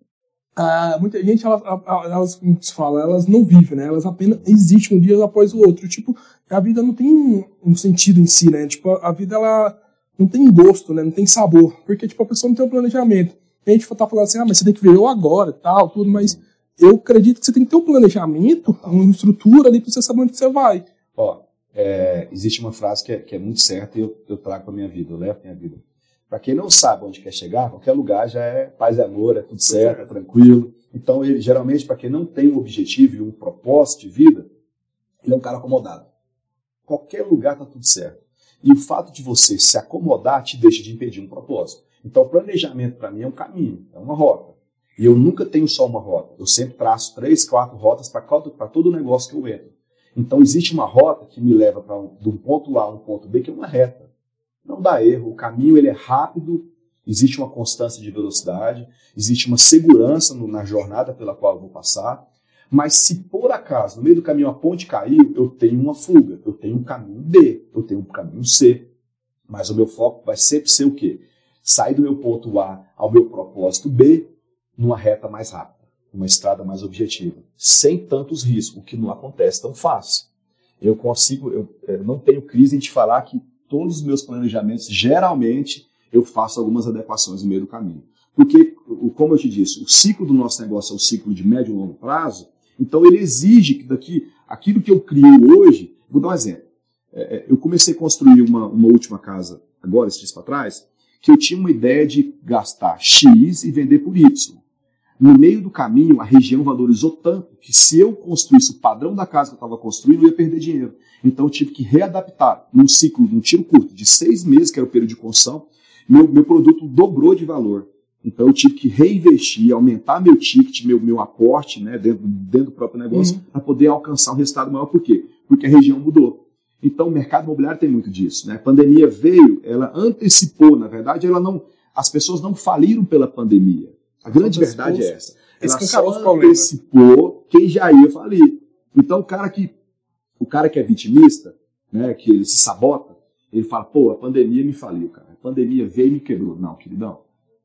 Ah, muita gente, elas, elas, como se fala, elas não vivem, né? Elas apenas existem um dia após o outro. Tipo, a vida não tem um, um sentido em si, né? Tipo, a, a vida, ela não tem gosto, né? Não tem sabor. Porque, tipo, a pessoa não tem um planejamento. A gente tá falando assim, ah, mas você tem que ver eu agora, tal, tudo, mas eu acredito que você tem que ter um planejamento, uma estrutura ali pra você saber onde você vai. Ó, é, existe uma frase que é, que é muito certa e eu, eu trago pra minha vida, eu levo pra minha vida. Para quem não sabe onde quer chegar, qualquer lugar já é paz e amor, é tudo certo, é tranquilo. Então, ele, geralmente, para quem não tem um objetivo e um propósito de vida, ele é um cara acomodado. Qualquer lugar está tudo certo. E o fato de você se acomodar te deixa de impedir um propósito. Então, o planejamento, para mim, é um caminho, é uma rota. E eu nunca tenho só uma rota. Eu sempre traço três, quatro rotas para todo o negócio que eu entro. Então, existe uma rota que me leva para um, de um ponto A a um ponto B, que é uma reta. Não dá erro, o caminho ele é rápido, existe uma constância de velocidade, existe uma segurança no, na jornada pela qual eu vou passar, mas se por acaso, no meio do caminho a ponte caiu, eu tenho uma fuga, eu tenho um caminho B, eu tenho um caminho C, mas o meu foco vai sempre ser o quê? Sair do meu ponto A ao meu propósito B numa reta mais rápida, numa estrada mais objetiva, sem tantos riscos, o que não acontece tão fácil. Eu consigo, eu, eu não tenho crise em te falar que todos os meus planejamentos, geralmente, eu faço algumas adequações no meio do caminho. Porque, como eu te disse, o ciclo do nosso negócio é um ciclo de médio e longo prazo, então ele exige que daqui, aquilo que eu crio hoje, vou dar um exemplo. É, eu comecei a construir uma, uma última casa, agora, esses dias para trás, que eu tinha uma ideia de gastar X e vender por Y. No meio do caminho, a região valorizou tanto que se eu construísse o padrão da casa que eu estava construindo, eu ia perder dinheiro. Então eu tive que readaptar num ciclo, num tiro curto, de seis meses, que era o período de construção, meu, meu produto dobrou de valor. Então eu tive que reinvestir, aumentar meu ticket, meu, meu aporte, né, dentro, dentro do próprio negócio, uhum. para poder alcançar um resultado maior. Por quê? Porque a região mudou. Então o mercado imobiliário tem muito disso. Né? A pandemia veio, ela antecipou, na verdade, ela não, as pessoas não faliram pela pandemia. A grande verdade é essa. Ela só antecipou quem já ia falir. Então o cara que, o cara que é vitimista, né, que ele se sabota, ele fala, pô, a pandemia me faliu, cara. A pandemia veio e me quebrou. Não, queridão.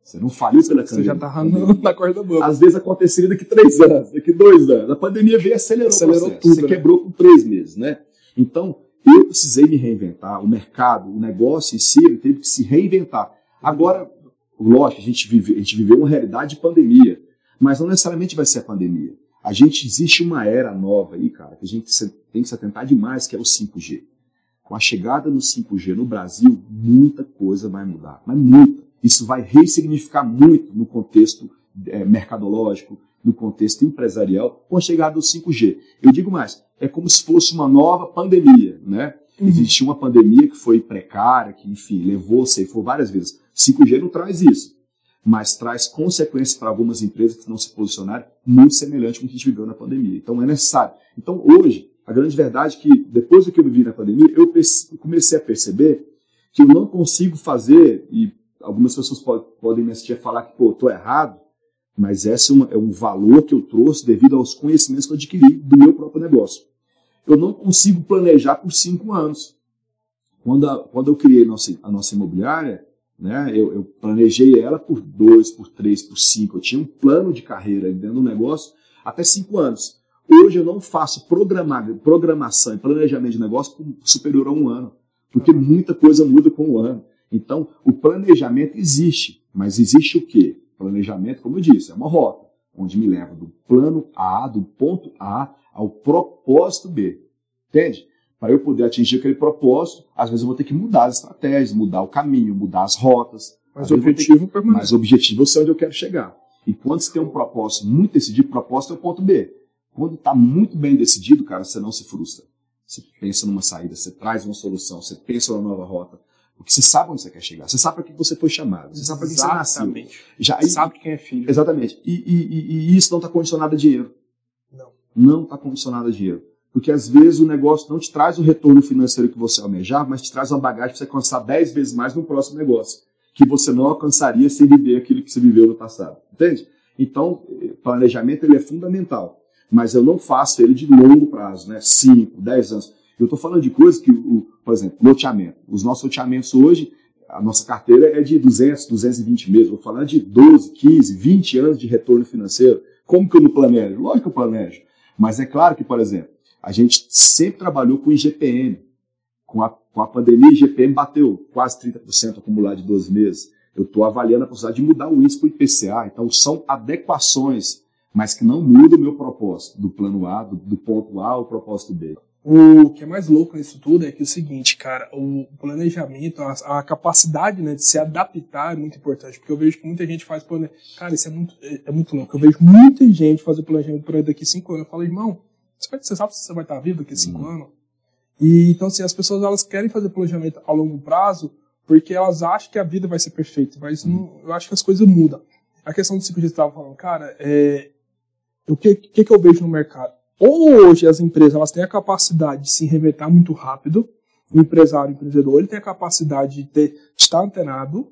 Você não faliu pela Você já pandemia. estava na corda bamba. Às vezes aconteceria daqui três anos, daqui dois anos. A pandemia veio e acelerou, acelerou o processo. Tudo, Você né? quebrou com três meses, né? Então, eu precisei me reinventar. O mercado, o negócio em si, ele teve que se reinventar. Agora, lógico, a gente, vive, a gente viveu uma realidade de pandemia, mas não necessariamente vai ser a pandemia. A gente, existe uma era nova aí, cara, que a gente tem que se atentar demais, que é o cinco G. Com a chegada do cinco G no Brasil, muita coisa vai mudar, mas muita. Isso vai ressignificar muito no contexto é, mercadológico, no contexto empresarial, com a chegada do cinco G. Eu digo mais, é como se fosse uma nova pandemia, né? Uhum. Existia uma pandemia que foi precária, que, enfim, levou, ceifou várias vezes. cinco G não traz isso, mas traz consequências para algumas empresas que não se posicionaram muito semelhante com o que a gente viveu na pandemia. Então, é necessário. Então, hoje, a grande verdade é que, depois do que eu vivi na pandemia, eu comecei a perceber que eu não consigo fazer, e algumas pessoas podem me assistir a falar que, pô, estou errado, mas esse é, uma, é um valor que eu trouxe devido aos conhecimentos que eu adquiri do meu próprio negócio. Eu não consigo planejar por cinco anos. Quando, a, quando eu criei nossa, a nossa imobiliária, né, eu, eu planejei ela por dois, por três, por cinco. Eu tinha um plano de carreira dentro do negócio até cinco anos. Hoje eu não faço programar, programação e planejamento de negócio superior a um ano, porque muita coisa muda com o ano. Então, o planejamento existe, mas existe o quê? Planejamento, como eu disse, é uma rota, onde me leva do plano A, do ponto A, ao propósito B. Entende? Para eu poder atingir aquele propósito, às vezes eu vou ter que mudar as estratégias, mudar o caminho, mudar as rotas. Mas o objetivo permanece. Mas o objetivo é ser onde eu quero chegar. E quando você tem um propósito muito decidido, o propósito é o ponto B. Quando está muito bem decidido, cara, você não se frustra. Você pensa numa saída, você traz uma solução, você pensa numa nova rota. Porque você sabe onde você quer chegar, você sabe para que você foi chamado, você sabe para que você nasceu. Já, você sabe quem é filho. Exatamente. E, e, e, e isso não está condicionado a dinheiro. Não. Não está condicionado a dinheiro. Porque às vezes o negócio não te traz o retorno financeiro que você almejava, mas te traz uma bagagem para você alcançar dez vezes mais no próximo negócio, que você não alcançaria sem viver aquilo que você viveu no passado. Entende? Então, planejamento ele é fundamental. Mas eu não faço ele de longo prazo, né? cinco, dez anos. Eu estou falando de coisas que, o, por exemplo, loteamento. Os nossos loteamentos hoje, a nossa carteira é de duzentos, duzentos e vinte meses. Vou falar de doze, quinze, vinte anos de retorno financeiro. Como que eu não planejo? Lógico que eu planejo. Mas é claro que, por exemplo, a gente sempre trabalhou com I G P M. Com a, com a pandemia, o I G P M bateu quase trinta por cento acumulado de doze meses. Eu estou avaliando a possibilidade de mudar o índice para o I P C A. Então, são adequações, mas que não mudam o meu propósito. Do plano A, do, do ponto A ao propósito B. O que é mais louco nisso tudo é que é o seguinte, cara, o planejamento, a, a capacidade, né, de se adaptar é muito importante, porque eu vejo que muita gente faz planejamento. Cara, isso é muito, é, é muito louco. Eu vejo muita gente fazer planejamento para daqui a cinco anos. Eu falo, irmão, você, vai, você sabe se você vai estar vivo daqui a cinco uhum. anos? E então, assim, as pessoas elas querem fazer planejamento a longo prazo porque elas acham que a vida vai ser perfeita, mas uhum. não, eu acho que as coisas mudam. A questão do cinco G que você estava falando, cara, é, o que, que, que eu vejo no mercado? Ou hoje as empresas elas têm a capacidade de se reinventar muito rápido, o empresário, o empreendedor, ele tem a capacidade de, ter, de estar antenado,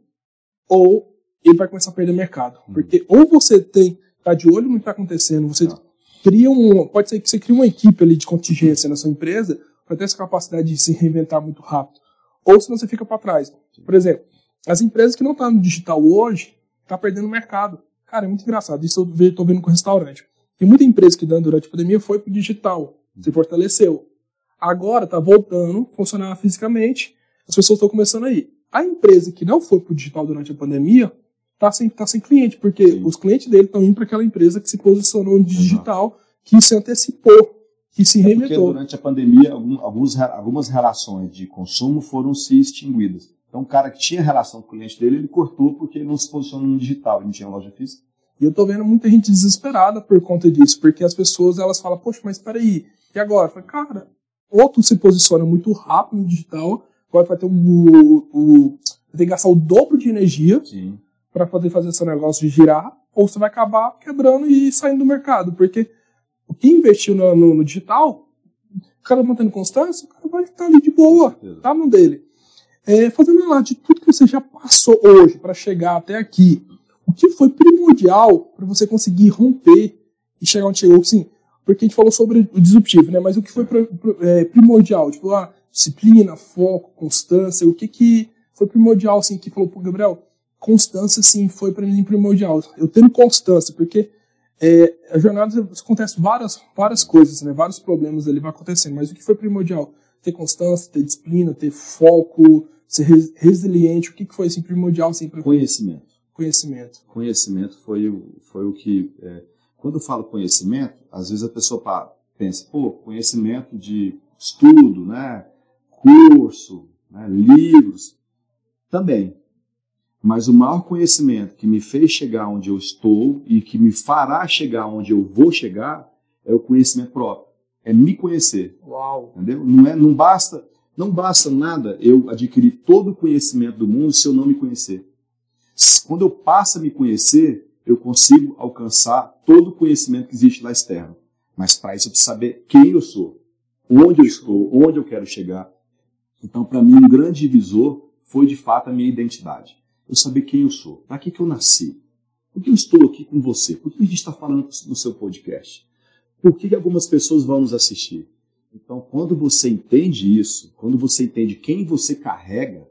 ou ele vai começar a perder mercado. Uhum. Porque ou você tem tá de olho no que está acontecendo, você ah. cria um, pode ser que você crie uma equipe ali de contingência na sua empresa para ter essa capacidade de se reinventar muito rápido. Ou senão você fica para trás. Por exemplo, as empresas que não estão no digital hoje, estão perdendo mercado. Cara, é muito engraçado. Isso eu estou vendo com o restaurante. Tem muita empresa que durante a pandemia foi para o digital, se fortaleceu. Agora está voltando a funcionar fisicamente, as pessoas estão começando a ir. A empresa que não foi para o digital durante a pandemia está sem, tá sem cliente, porque Sim. os clientes dele estão indo para aquela empresa que se posicionou no digital, uhum. que se antecipou, que se reinventou. É porque durante a pandemia alguns, algumas relações de consumo foram se extinguidas. Então o cara que tinha relação com o cliente dele, ele cortou porque ele não se posicionou no digital, ele não tinha loja física. E eu tô vendo muita gente desesperada por conta disso, porque as pessoas, elas falam, poxa, mas peraí, e agora? Eu falo, cara, ou tu se posiciona muito rápido no digital, agora vai ter, o, o, vai ter que gastar o dobro de energia para poder fazer esse negócio de girar, ou você vai acabar quebrando e saindo do mercado, porque o que investiu no, no, no digital, o cara mantendo constância, o cara vai estar ali de boa, tá no dele. É, fazendo lá de tudo que você já passou hoje para chegar até aqui, o que foi primordial para você conseguir romper e chegar onde chegou? Sim, porque a gente falou sobre o disruptivo, né? Mas o que foi é, primordial? Tipo, a disciplina, foco, constância, o que, que foi primordial, assim, que falou, pô, Gabriel, constância, assim, foi para mim primordial. Eu tenho constância, porque é, a jornada acontece várias, várias coisas, né? Vários problemas ali vão acontecendo, mas o que foi primordial? Ter constância, ter disciplina, ter foco, ser res, resiliente. O que, que foi assim, primordial? Assim, pra... Conhecimento. Conhecimento. Conhecimento foi o, foi o que... É, quando eu falo conhecimento, às vezes a pessoa pensa, pô, conhecimento de estudo, né? Curso, né? Livros. Também. Mas o maior conhecimento que me fez chegar onde eu estou e que me fará chegar onde eu vou chegar é o conhecimento próprio. É me conhecer. Uau. Entendeu? Não, é, não, basta, não basta nada eu adquirir todo o conhecimento do mundo se eu não me conhecer. Quando eu passo a me conhecer, eu consigo alcançar todo o conhecimento que existe lá externo. Mas para isso eu preciso saber quem eu sou, onde eu estou, onde eu quero chegar. Então, para mim, um grande divisor foi, de fato, a minha identidade. Eu saber quem eu sou, para que, que eu nasci, por que eu estou aqui com você, por que a gente está falando no seu podcast, por que, que algumas pessoas vão nos assistir. Então, quando você entende isso, quando você entende quem você carrega,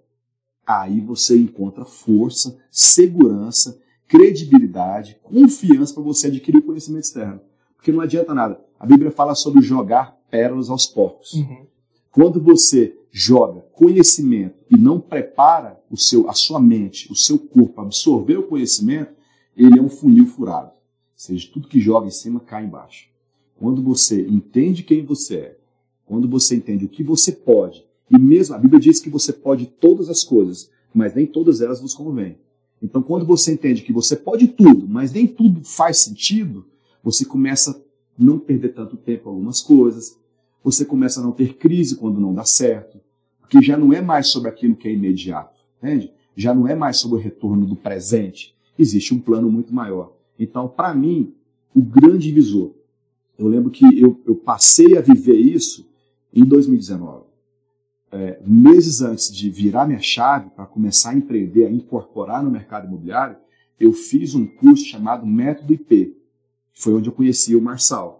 aí você encontra força, segurança, credibilidade, confiança para você adquirir conhecimento externo. Porque não adianta nada. A Bíblia fala sobre jogar pérolas aos porcos. Uhum. Quando você joga conhecimento e não prepara o seu, a sua mente, o seu corpo para absorver o conhecimento, ele é um funil furado. Ou seja, tudo que joga em cima cai embaixo. Quando você entende quem você é, quando você entende o que você pode, e mesmo a Bíblia diz que você pode todas as coisas, mas nem todas elas vos convêm. Então, quando você entende que você pode tudo, mas nem tudo faz sentido, você começa a não perder tanto tempo em algumas coisas, você começa a não ter crise quando não dá certo, porque já não é mais sobre aquilo que é imediato, entende? Já não é mais sobre o retorno do presente, existe um plano muito maior. Então, para mim, o grande divisor, eu lembro que eu, eu passei a viver isso em dois mil e dezenove. É, meses antes de virar minha chave para começar a empreender, a incorporar no mercado imobiliário, eu fiz um curso chamado Método I P, que foi onde eu conheci o Marçal.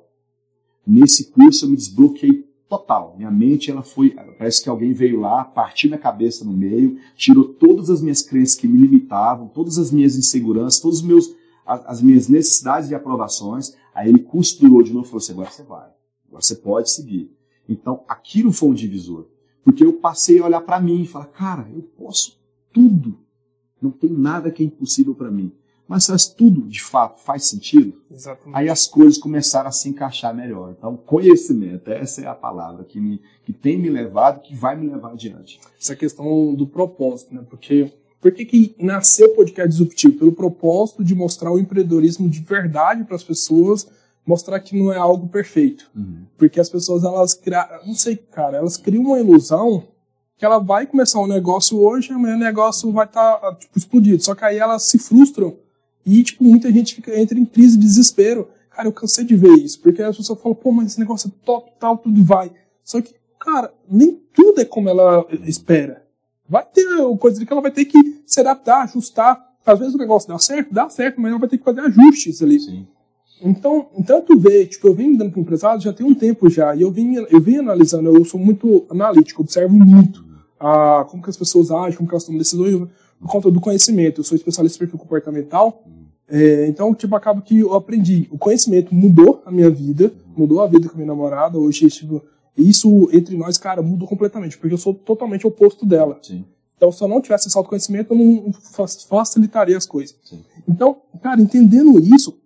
Nesse curso eu me desbloqueei total. Minha mente, ela foi, parece que alguém veio lá, partiu minha cabeça no meio, tirou todas as minhas crenças que me limitavam, todas as minhas inseguranças, todas os meus, as, as minhas necessidades e aprovações. Aí ele costurou de novo e falou assim, agora você vai, agora você pode seguir. Então aquilo foi um divisor. Porque eu passei a olhar para mim e falar, cara, eu posso tudo. Não tem nada que é impossível para mim. Mas se tudo, de fato, faz sentido, exatamente, aí as coisas começaram a se encaixar melhor. Então, conhecimento, essa é a palavra que, me, que tem me levado, que vai me levar adiante. Essa questão do propósito, né? Porque, por que que nasceu o podcast Disruptivo? Pelo propósito de mostrar o empreendedorismo de verdade para as pessoas, mostrar que não é algo perfeito. Uhum. Porque as pessoas, elas criam, não sei, cara, elas criam uma ilusão que ela vai começar um negócio hoje, amanhã o negócio vai estar tá, tipo, explodido. Só que aí elas se frustram e, tipo, muita gente fica, entra em crise de desespero. Cara, eu cansei de ver isso, porque as pessoas falam, pô, mas esse negócio é top, tal, tudo vai. Só que, cara, nem tudo é como ela espera. Vai ter coisa que ela vai ter que se adaptar, ajustar. Às vezes o negócio dá certo, dá certo, mas ela vai ter que fazer ajustes ali. Sim. Então, então tu vê, tipo, eu venho me dando para o empresário já tem um tempo já, e eu venho, eu venho analisando, eu sou muito analítico, observo muito ah, como que as pessoas agem, como que elas tomam decisões, por conta do conhecimento. Eu sou especialista em perfil comportamental, é, então, tipo, acaba que eu aprendi. O conhecimento mudou a minha vida, mudou a vida com a minha namorada, hoje, tipo, isso entre nós, cara, mudou completamente, porque eu sou totalmente oposto dela. Sim. Então, se eu não tivesse esse autoconhecimento, eu não facilitaria as coisas. Sim. Então, cara, entendendo isso,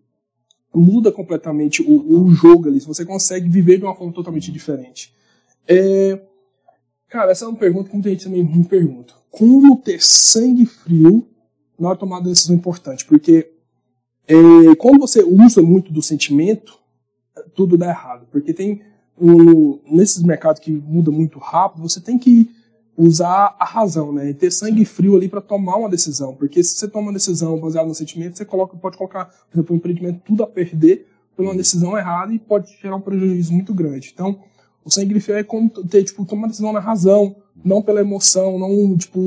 muda completamente o, o jogo ali. Você consegue viver de uma forma totalmente diferente. É, cara, essa é uma pergunta que muita gente também me pergunta. Como ter sangue frio na hora de tomar uma decisão importante? Porque é, quando você usa muito do sentimento, tudo dá errado. Porque tem, um, nesses mercados que muda muito rápido, você tem que usar a razão, né? E ter sangue frio ali para tomar uma decisão. Porque se você toma uma decisão baseada no sentimento, você coloca, pode colocar, por exemplo, um empreendimento tudo a perder por uma decisão errada e pode gerar um prejuízo muito grande. Então, o sangue frio é como ter, tipo, tomar uma decisão na razão, não pela emoção, não, tipo,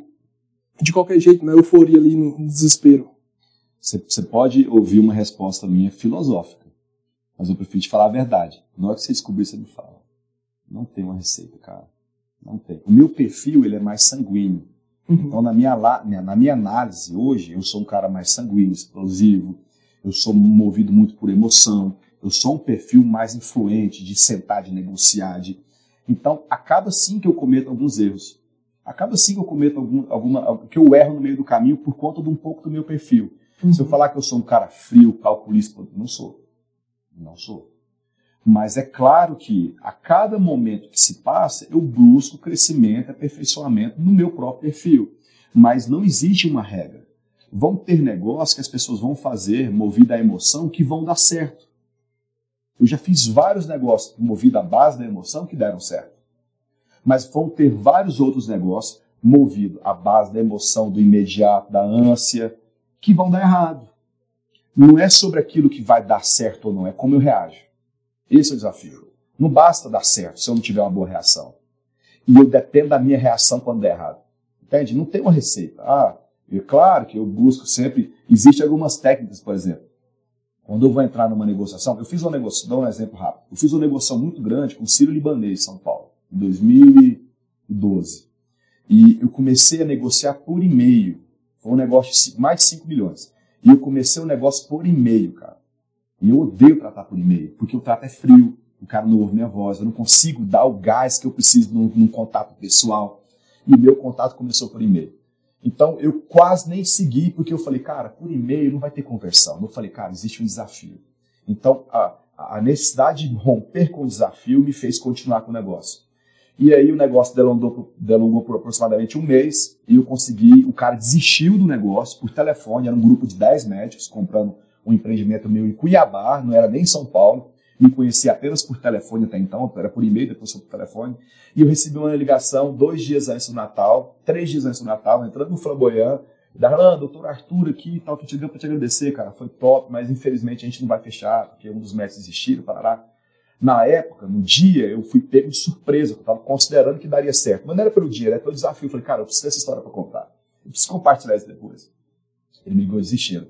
de qualquer jeito, na euforia ali, no desespero. Você pode ouvir uma resposta minha filosófica, mas eu prefiro te falar a verdade. Na hora que você descobrir, você me fala. Não tem uma receita, cara. Não tem. O meu perfil, ele é mais sanguíneo. Uhum. Então, na minha, na minha análise hoje, eu sou um cara mais sanguíneo, explosivo, eu sou movido muito por emoção, eu sou um perfil mais influente de sentar, de negociar. De... Então, acaba sim que eu cometo alguns erros. Acaba sim que eu cometo algum, alguma, que eu erro no meio do caminho por conta de um pouco do meu perfil. Uhum. Se eu falar que eu sou um cara frio, calculista, não sou. Não sou. Mas é claro que a cada momento que se passa, eu busco crescimento, aperfeiçoamento no meu próprio perfil. Mas não existe uma regra. Vão ter negócios que as pessoas vão fazer, movido à emoção, que vão dar certo. Eu já fiz vários negócios movidos à base da emoção que deram certo. Mas vão ter vários outros negócios movidos à base da emoção, do imediato, da ânsia, que vão dar errado. Não é sobre aquilo que vai dar certo ou não, é como eu reajo. Esse é o desafio. Não basta dar certo se eu não tiver uma boa reação. E eu dependo da minha reação quando der errado. Entende? Não tem uma receita. Ah, é claro que eu busco sempre... Existem algumas técnicas, por exemplo. Quando eu vou entrar numa negociação, eu fiz uma negociação, dou um exemplo rápido. Eu fiz uma negociação muito grande com o Sírio-Libanês em São Paulo, em dois mil e doze. E eu comecei a negociar por e-mail. Foi um negócio de mais de cinco milhões. E eu comecei o um negócio por e-mail, cara. E eu odeio tratar por e-mail, porque o trato é frio, o cara não ouve minha voz, eu não consigo dar o gás que eu preciso num, num contato pessoal. E o meu contato começou por e-mail. Então, eu quase nem segui, porque eu falei, cara, por e-mail não vai ter conversão. Eu falei, cara, existe um desafio. Então, a, a necessidade de romper com o desafio me fez continuar com o negócio. E aí o negócio delongou, delongou por aproximadamente um mês, e eu consegui, o cara desistiu do negócio por telefone, era um grupo de dez médicos comprando um empreendimento meu em Cuiabá, não era nem em São Paulo, me conhecia apenas por telefone até então, era por e-mail, depois foi por telefone, e eu recebi uma ligação dois dias antes do Natal, três dias antes do Natal, entrando no Flamboyant, Darlan, doutor Arthur aqui e tal, que te deu para te agradecer, cara, foi top, mas infelizmente a gente não vai fechar, porque um dos médicos desistiram, parará. Na época, no dia, eu fui pego de surpresa, eu estava considerando que daria certo, mas não era pelo dia, era pelo desafio, eu falei, cara, eu preciso dessa história para contar, eu preciso compartilhar isso depois. Ele me ligou desistindo.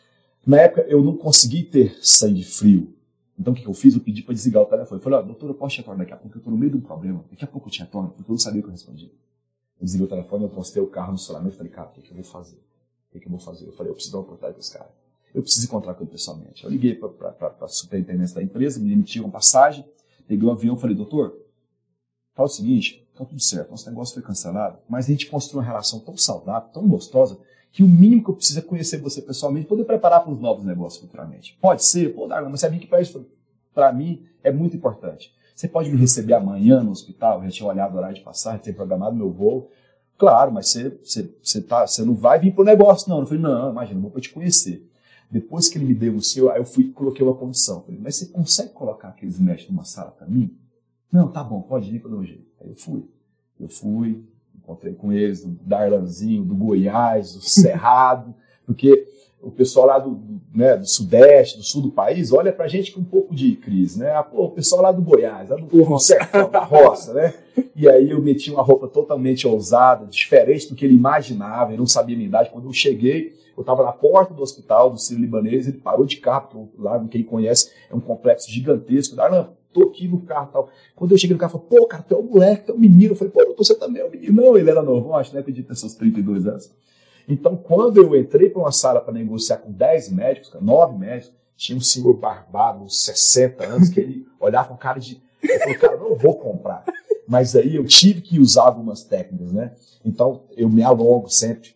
Na época, eu não consegui ter sangue frio. Então, o que eu fiz? Eu pedi para desligar o telefone. Eu falei, ó, doutor, eu posso te retornar daqui a pouco? Eu estou no meio de um problema. Daqui a pouco eu te retorno, porque eu não sabia o que eu respondi. Eu desliguei o telefone, eu transferei o carro no estacionamento e falei, cara, o que, que eu vou fazer? O que, que eu vou fazer? Eu falei, eu preciso dar uma oportunidade para esse cara. Eu preciso encontrar com ele pessoalmente. Eu liguei para a superintendência da empresa, me emitiram uma passagem, peguei um avião e falei, doutor, fala o seguinte, tá tudo certo, nosso negócio foi cancelado, mas a gente construiu uma relação tão saudável, tão gostosa, que o mínimo que eu preciso é conhecer você pessoalmente, poder preparar para os novos negócios futuramente. Pode ser, pô, Darlan, mas você vir aqui para isso, para mim, é muito importante. Você pode me receber amanhã no hospital, eu já tinha olhado o horário de passagem, tinha programado meu voo. Claro, mas você, você, você, tá, você não vai vir para o negócio, não. Eu falei, não, imagina, eu vou para te conhecer. Depois que ele me deu o seu, aí eu fui coloquei uma condição. Eu falei, mas você consegue colocar aqueles médicos numa sala para mim? Não, tá bom, pode ir para um jeito. Aí eu fui. Eu fui, encontrei com eles, do Darlanzinho, do Goiás, do Cerrado, porque o pessoal lá do, né, do Sudeste, do Sul do país, olha pra gente com um pouco de crise, né? Ah, pô, o pessoal lá do Goiás, lá do sertão, da roça, né? E aí eu meti uma roupa totalmente ousada, diferente do que ele imaginava, ele não sabia a minha idade. Quando eu cheguei, eu estava na porta do hospital do Sírio-Libanês, ele parou de carro, porque lá, quem conhece, é um complexo gigantesco. Ah, tô aqui no carro e tal. Quando eu cheguei no carro, eu falei, pô, cara, tu é um moleque, tu é um menino. Eu falei, pô, doutor, você também é um menino. Não, ele era novo, acho, né? Pedi ter seus trinta e dois anos. Então, quando eu entrei para uma sala para negociar com dez médicos, nove médicos, tinha um senhor barbado, uns sessenta anos, que ele olhava com cara de... Eu falei, cara, não vou comprar. Mas aí eu tive que usar algumas técnicas, né? Então, eu me alongo sempre,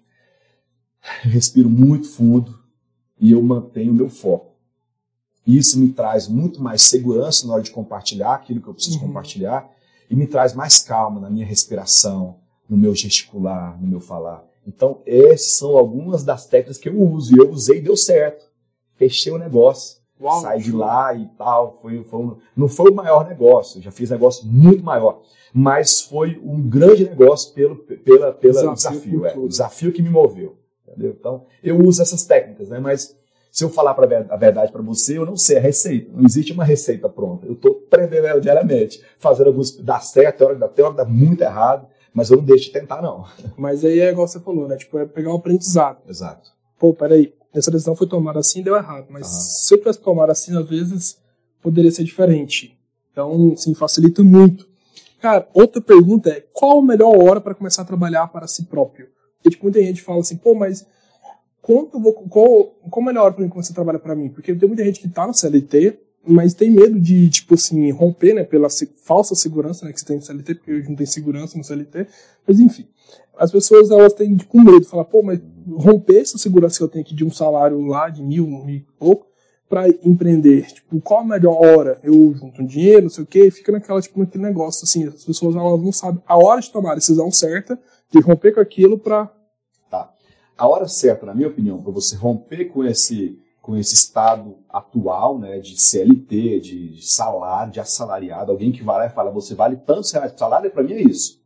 respiro muito fundo e eu mantenho o meu foco. Isso me traz muito mais segurança na hora de compartilhar aquilo que eu preciso uhum. compartilhar e me traz mais calma na minha respiração, no meu gesticular, no meu falar. Então, essas são algumas das técnicas que eu uso. E eu usei e deu certo. Fechei o negócio. Uau, saí de lá e tal. Foi, foi um, não foi o maior negócio. Eu já fiz negócio muito maior. Mas foi um grande negócio pelo pela, pela desafio. desafio é, o desafio que me moveu. Entendeu? Então, eu uso essas técnicas. Né? Mas, se eu falar pra, a verdade para você, eu não sei a receita. Não existe uma receita pronta. Eu estou aprendendo ela diariamente. Fazendo alguns... Dá certo, tem hora que dá, tem hora que dá muito errado. Mas eu não deixo de tentar, não. Mas aí é igual você falou, né? Tipo, é pegar um aprendizado. Exato. Pô, peraí, essa decisão foi tomada assim, deu errado. Mas uhum. se eu tivesse tomado assim, às vezes, poderia ser diferente. Então, sim, facilita muito. Cara, outra pergunta é, qual a melhor hora para começar a trabalhar para si próprio? E, tipo, muita gente fala assim, pô, mas quanto eu vou, qual, qual a melhor hora pra mim começar a trabalhar pra mim? Porque tem muita gente que tá no C L T, mas tem medo de, tipo assim, romper, né, pela se, falsa segurança, né, que você tem no C L T, porque hoje não tem segurança no C L T. Mas, enfim, as pessoas, elas têm, tipo, medo de falar, pô, mas romper essa segurança que eu tenho aqui de um salário lá de mil, mil e pouco, pra empreender, tipo, qual a melhor hora? Eu junto um dinheiro, não sei o quê, e fica naquela, tipo, naquele negócio, assim, as pessoas, elas não sabem a hora de tomar a decisão certa, de romper com aquilo pra... Tá. A hora certa, na minha opinião, para você romper com esse, com esse estado atual, né, de C L T, de salário, de assalariado, alguém que vai lá e fala, você vale tantos reais por salário, para mim é isso.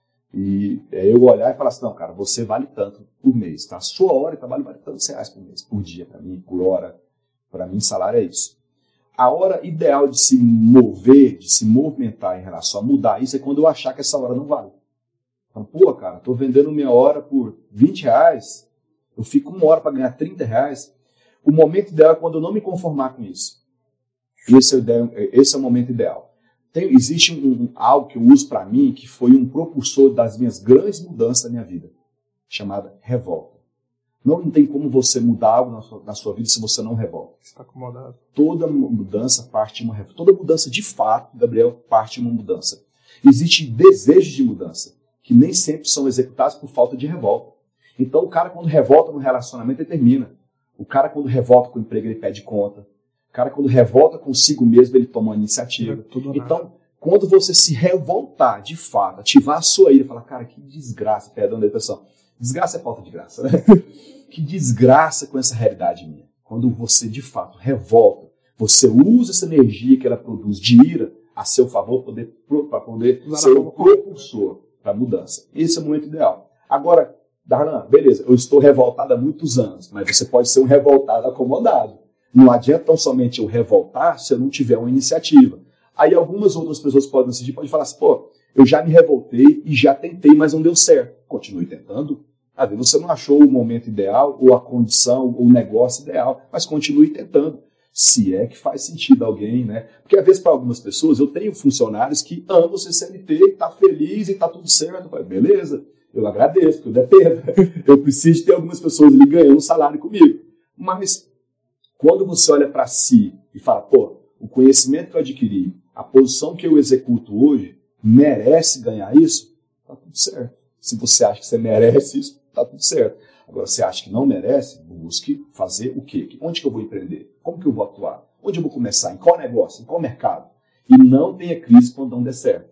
E é eu olhar e falar assim, não, cara, você vale tanto por mês, tá? A sua hora de trabalho vale tantos reais por mês, por dia, para mim, por hora. Para mim, salário é isso. A hora ideal de se mover, de se movimentar em relação a mudar isso, é quando eu achar que essa hora não vale. Então, pô, cara, tô vendendo minha hora por vinte reais, eu fico uma hora para ganhar trinta reais. O momento ideal é quando eu não me conformar com isso. Esse é o, ideal, esse é o momento ideal. Tem, existe um, um, algo que eu uso para mim, que foi um propulsor das minhas grandes mudanças da minha vida, chamada revolta. Não, não tem como você mudar algo na sua, na sua vida se você não revolta. Você está acomodado. Toda mudança parte de uma revolta. Toda mudança, de fato, Gabriel, parte de uma mudança. Existem desejos de mudança, que nem sempre são executados por falta de revolta. Então, o cara, quando revolta no relacionamento, ele termina. O cara, quando revolta com o emprego, ele pede conta. O cara, quando revolta consigo mesmo, ele toma uma iniciativa. É então, quando você se revoltar, de fato, ativar a sua ira, falar, cara, que desgraça, perdão da expressão. Desgraça é falta de graça, né? Que desgraça com essa realidade minha. Quando você, de fato, revolta, você usa essa energia que ela produz de ira a seu favor para poder, poder ser o propulsor para a mudança. Esse é o momento ideal. Agora, Darlan, beleza, eu estou revoltado há muitos anos, mas você pode ser um revoltado acomodado. Não adianta tão somente eu revoltar se eu não tiver uma iniciativa. Aí algumas outras pessoas podem decidir, podem falar assim, pô, eu já me revoltei e já tentei, mas não deu certo. Continue tentando. Às vezes você não achou o momento ideal, ou a condição, ou o negócio ideal, mas continue tentando. Se é que faz sentido alguém, né? Porque às vezes para algumas pessoas, eu tenho funcionários que amam ser C L T, está feliz e está tudo certo. Beleza, eu agradeço, porque eu dependo. Eu preciso ter algumas pessoas ali ganhando um salário comigo. Mas quando você olha para si e fala, pô, o conhecimento que eu adquiri, a posição que eu executo hoje, merece ganhar isso, tá tudo certo. Se você acha que você merece isso, tá tudo certo. Agora, você acha que não merece, busque fazer o quê? Onde que eu vou empreender? Como que eu vou atuar? Onde eu vou começar? Em qual negócio? Em qual mercado? E não tenha crise quando não der certo.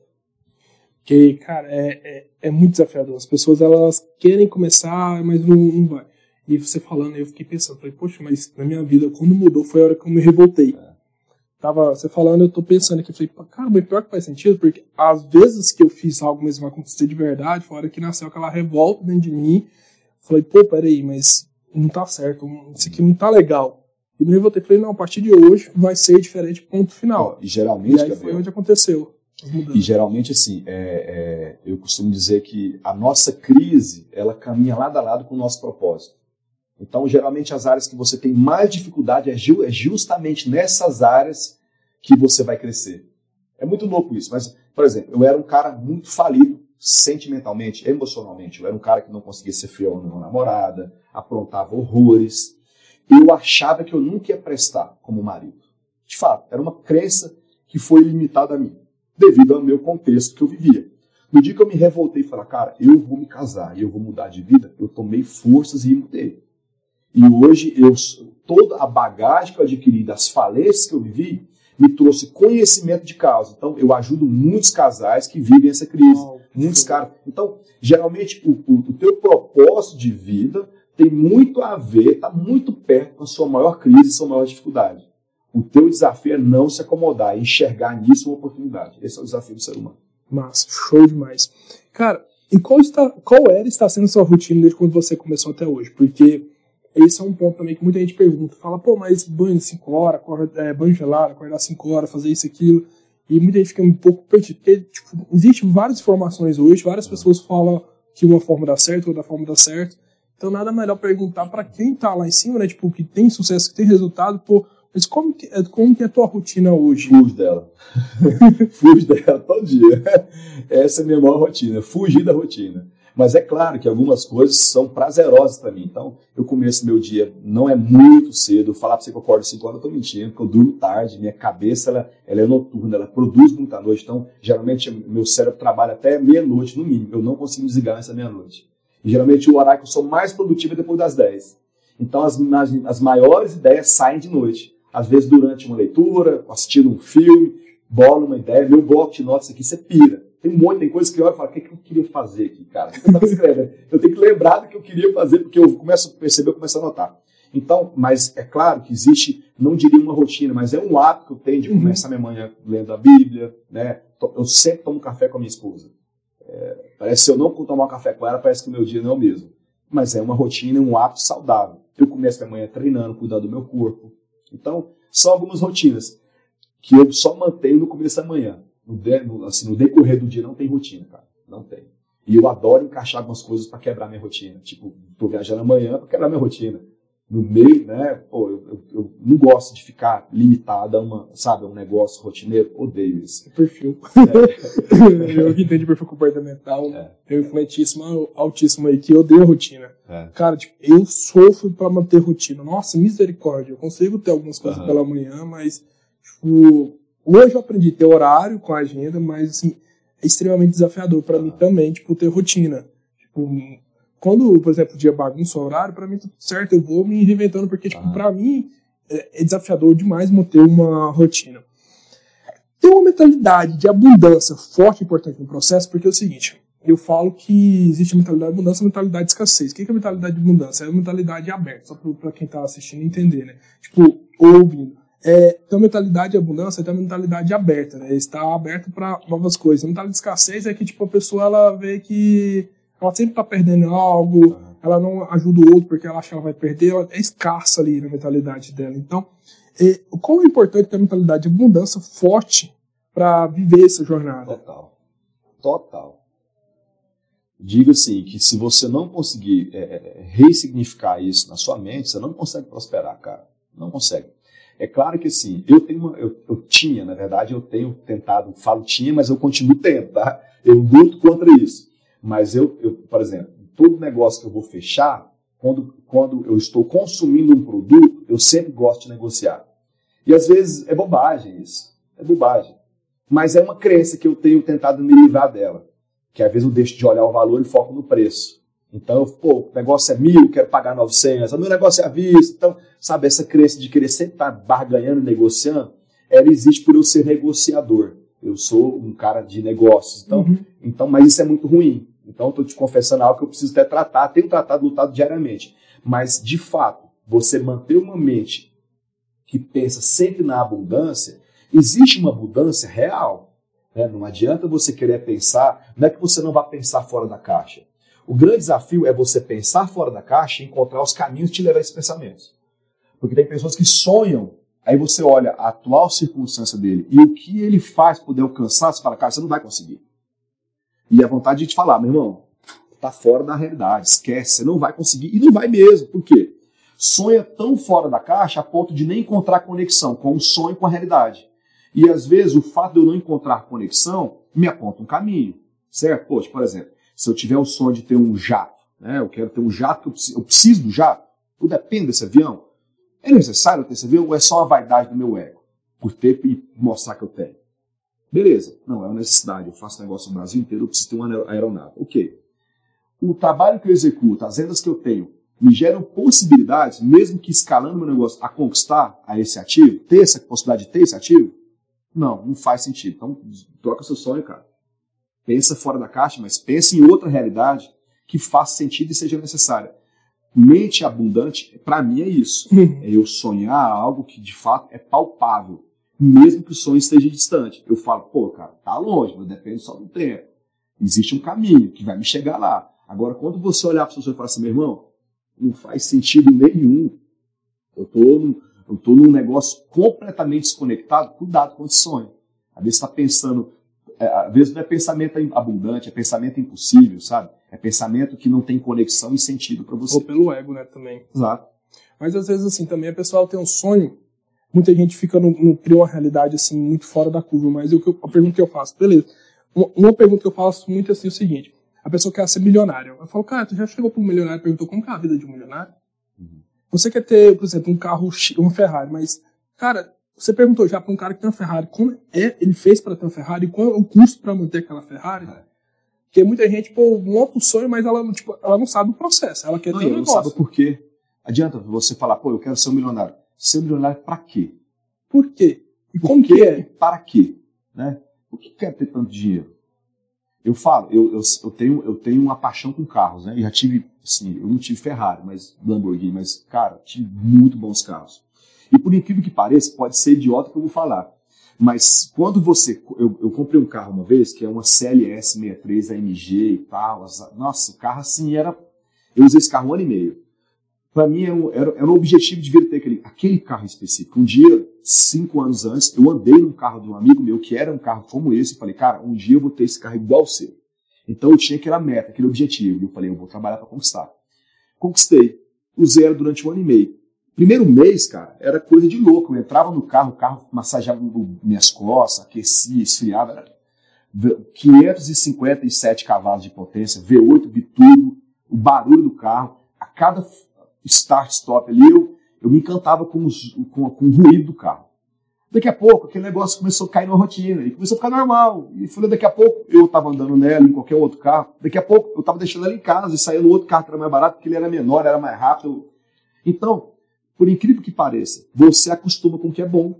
Porque, cara, é, é, é muito desafiador. As pessoas, elas querem começar, mas não, não vai. E você falando, eu fiquei pensando, falei, poxa, mas na minha vida, quando mudou, foi a hora que eu me revoltei. É. Tava você falando, eu tô pensando aqui, falei, cara, mas pior que faz sentido, porque às vezes que eu fiz algo mesmo acontecer de verdade, foi a hora que nasceu aquela revolta dentro de mim. Falei, pô, peraí, mas não tá certo, isso aqui não tá legal. E me revoltei, falei, não, a partir de hoje vai ser diferente, ponto final. E geralmente, e aí Gabriel, foi onde aconteceu. E geralmente, assim, é, é, eu costumo dizer que a nossa crise, ela caminha lado a lado com o nosso propósito. Então, geralmente, as áreas que você tem mais dificuldade é justamente nessas áreas que você vai crescer. É muito louco isso, mas, por exemplo, eu era um cara muito falido sentimentalmente, emocionalmente. Eu era um cara que não conseguia ser fiel à minha namorada, aprontava horrores. Eu achava que eu nunca ia prestar como marido. De fato, era uma crença que foi limitada a mim, devido ao meu contexto que eu vivia. No dia que eu me revoltei e falei, cara, eu vou me casar e eu vou mudar de vida, eu tomei forças e mudei. E hoje, eu, toda a bagagem que eu adquiri das falências que eu vivi, me trouxe conhecimento de causa. Então, eu ajudo muitos casais que vivem essa crise. Oh, muitos caras. Então, geralmente, o, o, o teu propósito de vida tem muito a ver, está muito perto com a sua maior crise e sua maior dificuldade. O teu desafio é não se acomodar, é enxergar nisso uma oportunidade. Esse é o desafio do ser humano. Massa, show demais. Cara, e qual, está, qual era e está sendo a sua rotina desde quando você começou até hoje? Porque esse é um ponto também que muita gente pergunta. Fala, pô, mas banho de cinco horas, acorda, é, banho gelado, acordar cinco horas, fazer isso e aquilo. E muita gente fica um pouco perdido. Porque tipo, existem várias informações hoje, várias pessoas falam que uma forma dá certo, outra forma dá certo. Então nada melhor perguntar para quem tá lá em cima, né? Tipo, que tem sucesso, que tem resultado, pô, mas como que, como que é a tua rotina hoje? Fuge dela. Fuge dela todo dia. Essa é a minha maior rotina. Fugir da rotina. Mas é claro que algumas coisas são prazerosas para mim. Então, eu começo meu dia, não é muito cedo. Eu falar para você que eu acordo cinco horas, eu estou mentindo, porque eu durmo tarde. Minha cabeça ela, ela é noturna, ela produz muita noite. Então, geralmente, meu cérebro trabalha até meia-noite, no mínimo. Eu não consigo desligar nessa meia-noite. E, geralmente, o horário que eu sou mais produtivo é depois das dez. Então, as, as, as maiores ideias saem de noite. Às vezes, durante uma leitura, assistindo um filme, bola uma ideia. Meu bloco de notas aqui, você pira. Tem um monte, tem coisas que eu olho e falo, o que, é que eu queria fazer aqui, cara? O que eu estava escrevendo? Eu tenho que lembrar do que eu queria fazer, porque eu começo a perceber, eu começo a anotar. Então, mas é claro que existe, não diria uma rotina, mas é um hábito que eu tenho de começar minha manhã lendo a Bíblia, né? Eu sempre tomo café com a minha esposa. É, parece que se eu não tomar um café com ela, parece que o meu dia não é o mesmo. Mas é uma rotina, um hábito saudável. Eu começo minha manhã treinando, cuidando do meu corpo. Então, são algumas rotinas que eu só mantenho no começo da manhã. No, de, no, assim, no decorrer do dia não tem rotina, cara. Não tem. E eu adoro encaixar algumas coisas para quebrar minha rotina. Tipo, tô viajando amanhã para quebrar minha rotina. No meio, né? Pô, eu, eu, eu não gosto de ficar limitado a uma, sabe, a um negócio rotineiro. Odeio isso. Perfil. É. Eu que entendo de perfil comportamental. É. Tem um influentíssimo, altíssimo aí que odeia rotina. É. Cara, tipo, eu sofro para manter rotina. Nossa, misericórdia. Eu consigo ter algumas coisas uhum. pela manhã, mas, tipo, hoje eu aprendi a ter horário com a agenda, mas, assim, é extremamente desafiador para uhum. mim também, tipo, ter rotina. Tipo, quando, por exemplo, o dia bagunça o horário, pra mim tudo certo, eu vou me reinventando, porque, tipo, uhum. pra mim é desafiador demais manter uma rotina. Tem uma mentalidade de abundância forte e importante no processo, porque é o seguinte, eu falo que existe a mentalidade de abundância e a mentalidade de escassez. O que é a mentalidade de abundância? É a mentalidade aberta, só pra quem tá assistindo entender, né? Tipo, ouvindo. É, tem a mentalidade de abundância e tem a mentalidade aberta, né? Está aberto para novas coisas. A mentalidade de escassez é que, tipo, a pessoa, ela vê que ela sempre está perdendo algo, uhum. ela não ajuda o outro porque ela acha que ela vai perder, ela é escassa ali na mentalidade dela. Então, é, como é importante ter a mentalidade de abundância forte para viver essa jornada? Total. Total. Digo assim, que se você não conseguir é, ressignificar isso na sua mente, você não consegue prosperar, cara. Não consegue. É claro que assim, eu tenho uma, eu, eu tinha, na verdade, eu tenho tentado, falo tinha, mas eu continuo tendo, tá? Eu luto contra isso. Mas eu, eu, por exemplo, todo negócio que eu vou fechar, quando, quando eu estou consumindo um produto, eu sempre gosto de negociar. E às vezes é bobagem isso, é bobagem. Mas é uma crença que eu tenho tentado me livrar dela. Que às vezes eu deixo de olhar o valor e foco no preço. Então, pô, o negócio é mil, quero pagar novecentos, o meu negócio é à vista. Então, sabe, essa crença de querer sempre estar barganhando, negociando, ela existe por eu ser negociador. Eu sou um cara de negócios. Então, uhum. então mas isso é muito ruim. Então, estou te confessando algo que eu preciso até tratar. Tenho tratado, lutado diariamente. Mas, de fato, você manter uma mente que pensa sempre na abundância, existe uma abundância real. Né? Não adianta você querer pensar, não é que você não vai pensar fora da caixa. O grande desafio é você pensar fora da caixa e encontrar os caminhos que te levam a esses pensamentos. Porque tem pessoas que sonham, aí você olha a atual circunstância dele e o que ele faz para poder alcançar, você fala, cara, você não vai conseguir. E a vontade de te falar, meu irmão, tá fora da realidade, esquece, você não vai conseguir. E não vai mesmo. Por quê? Sonha tão fora da caixa a ponto de nem encontrar conexão com o sonho com a realidade. E às vezes o fato de eu não encontrar conexão me aponta um caminho. Certo? Poxa, por exemplo, se eu tiver o sonho de ter um jato, né? Eu quero ter um jato, eu preciso, eu preciso do jato, eu dependo desse avião. É necessário ter esse avião ou é só uma vaidade do meu ego? Por ter e mostrar que eu tenho. Beleza, não é uma necessidade, eu faço negócio no Brasil inteiro, eu preciso ter uma aeronave. Ok. O trabalho que eu executo, as vendas que eu tenho, me geram possibilidades, mesmo que escalando meu negócio, a conquistar a esse ativo, ter essa possibilidade de ter esse ativo? Não, não faz sentido. Então, troca seu sonho, cara. Pensa fora da caixa, mas pensa em outra realidade que faça sentido e seja necessária. Mente abundante, para mim, é isso. É eu sonhar algo que, de fato, é palpável. Mesmo que o sonho esteja distante. Eu falo, pô, cara, tá longe, mas depende só do tempo. Existe um caminho que vai me chegar lá. Agora, quando você olhar para o seu sonho e falar assim, meu irmão, não faz sentido nenhum. Eu tô, num, eu tô num negócio completamente desconectado, cuidado com esse sonho. Às vezes você está pensando, é, às vezes não é pensamento abundante, é pensamento impossível, sabe? É pensamento que não tem conexão e sentido para você. Ou pelo ego, né, também. Exato. Mas às vezes, assim, também a pessoa tem um sonho, muita gente fica no, no, cria uma realidade, assim, muito fora da curva, mas eu, a pergunta que eu faço, beleza. Uma, uma pergunta que eu faço muito é assim, o seguinte, a pessoa quer ser milionária. Eu falo, cara, tu já chegou para um milionário e perguntou como que é a vida de um milionário? Uhum. Você quer ter, por exemplo, um carro, uma Ferrari, mas, cara, você perguntou já para um cara que tem uma Ferrari, como é ele fez para ter uma Ferrari, qual é o custo para manter aquela Ferrari? É. Porque muita gente, pô, monta o sonho, mas ela, tipo, ela não sabe o processo, ela quer não, ter um não negócio. Não sabe por quê. Adianta você falar, pô, eu quero ser um milionário. Ser um milionário para quê? Por quê? E por como quê? que é? E para quê? Né? Por que quer ter tanto dinheiro? Eu falo, eu, eu, eu, tenho, eu tenho uma paixão com carros, né? Eu já tive, assim, eu não tive Ferrari, mas Lamborghini, mas, cara, tive muito bons carros. E por incrível que pareça, pode ser idiota que eu vou falar, mas quando você, eu, eu comprei um carro uma vez, que é uma C L S sessenta e três A M G e tal, nossa, o carro assim era, eu usei esse carro um ano e meio. Para mim era um, era, era um objetivo de vir ter aquele, aquele carro específico. Um dia, cinco anos antes, eu andei num carro de um amigo meu que era um carro como esse e falei, cara, um dia eu vou ter esse carro igual ao seu. Então eu tinha aquela meta, aquele objetivo. E eu falei, eu vou trabalhar para conquistar. Conquistei. Usei ela durante um ano e meio. Primeiro mês, cara, era coisa de louco. Eu entrava no carro, o carro massageava minhas costas, aquecia, esfriava. Era quinhentos e cinquenta e sete cavalos de potência, V oito biturbo, o barulho do carro. A cada start-stop ali, eu, eu me encantava com, os, com, com o ruído do carro. Daqui a pouco, aquele negócio começou a cair na rotina, e começou a ficar normal. E falei, daqui a pouco, eu estava andando nela, em qualquer outro carro, daqui a pouco, eu estava deixando ela em casa, e saía no outro carro que era mais barato, porque ele era menor, era mais rápido. Então, por incrível que pareça, você acostuma com o que é bom.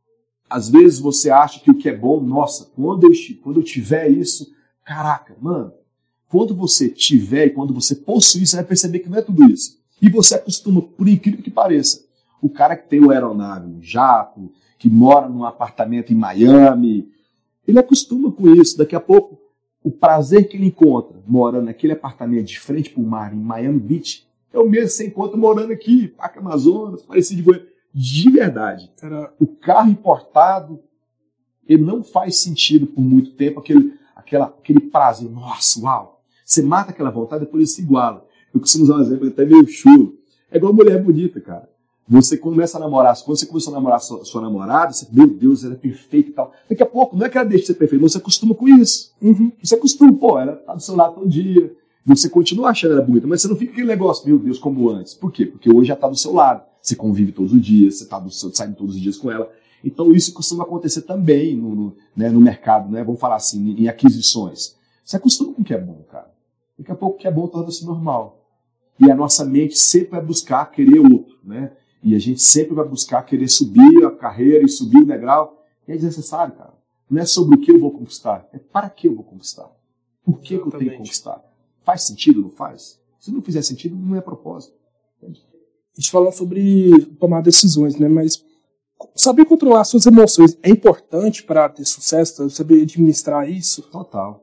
Às vezes você acha que o que é bom, nossa, quando eu, quando eu tiver isso, caraca, mano, quando você tiver e quando você possuir, você vai perceber que não é tudo isso. E você acostuma, por incrível que pareça. O cara que tem uma aeronave, um jato, que mora num apartamento em Miami, ele acostuma com isso. Daqui a pouco, o prazer que ele encontra morando naquele apartamento de frente para o mar, em Miami Beach, é o mesmo que você encontra morando aqui, Parque Amazonas, parecido de Goiânia. De verdade. Cara, o carro importado, ele não faz sentido por muito tempo, aquele, aquela, aquele prazer. Nossa, uau! Você mata aquela vontade, depois ele se iguala. Eu costumo usar um exemplo até meio chulo. É igual uma mulher bonita, cara. Você começa a namorar, quando você começou a namorar sua, sua namorada, você, meu Deus, ela é perfeita e tal. Daqui a pouco, não é que ela deixe de ser perfeita, você acostuma com isso. Uhum. Você acostuma, pô, ela tá do seu lado todo dia. Você continua achando ela bonita, mas você não fica aquele negócio, meu Deus, como antes. Por quê? Porque hoje já tá do seu lado. Você convive todos os dias, você tá do seu, sai todos os dias com ela. Então isso costuma acontecer também no, no, né, no mercado, né? Vamos falar assim, em aquisições. Você acostuma com o que é bom, cara. Daqui a pouco o que é bom torna-se normal. E a nossa mente sempre vai buscar querer outro, né? E a gente sempre vai buscar querer subir a carreira e subir o degrau. E é desnecessário, cara. Não é sobre o que eu vou conquistar, é para que eu vou conquistar. Por que, que eu tenho que conquistar? Faz sentido, não faz? Se não fizer sentido, não é propósito. Entende? A gente falou sobre tomar decisões, né? Mas saber controlar suas emoções é importante para ter sucesso, saber administrar isso? Total.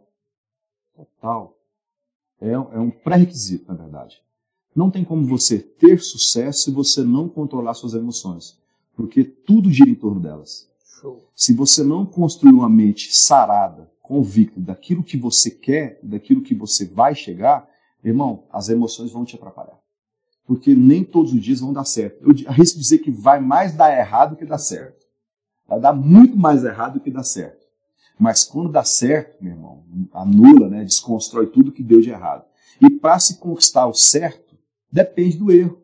Total. É, é um pré-requisito, na verdade. Não tem como você ter sucesso se você não controlar suas emoções. Porque tudo gira em torno delas. Show. Se você não construir uma mente sarada, convicta daquilo que você quer, daquilo que você vai chegar, irmão, as emoções vão te atrapalhar. Porque nem todos os dias vão dar certo. Eu arrisco dizer que vai mais dar errado do que dar certo. Vai dar muito mais errado do que dar certo. Mas quando dá certo, meu irmão, anula, né, desconstrói tudo que deu de errado. E para se conquistar o certo, depende do erro.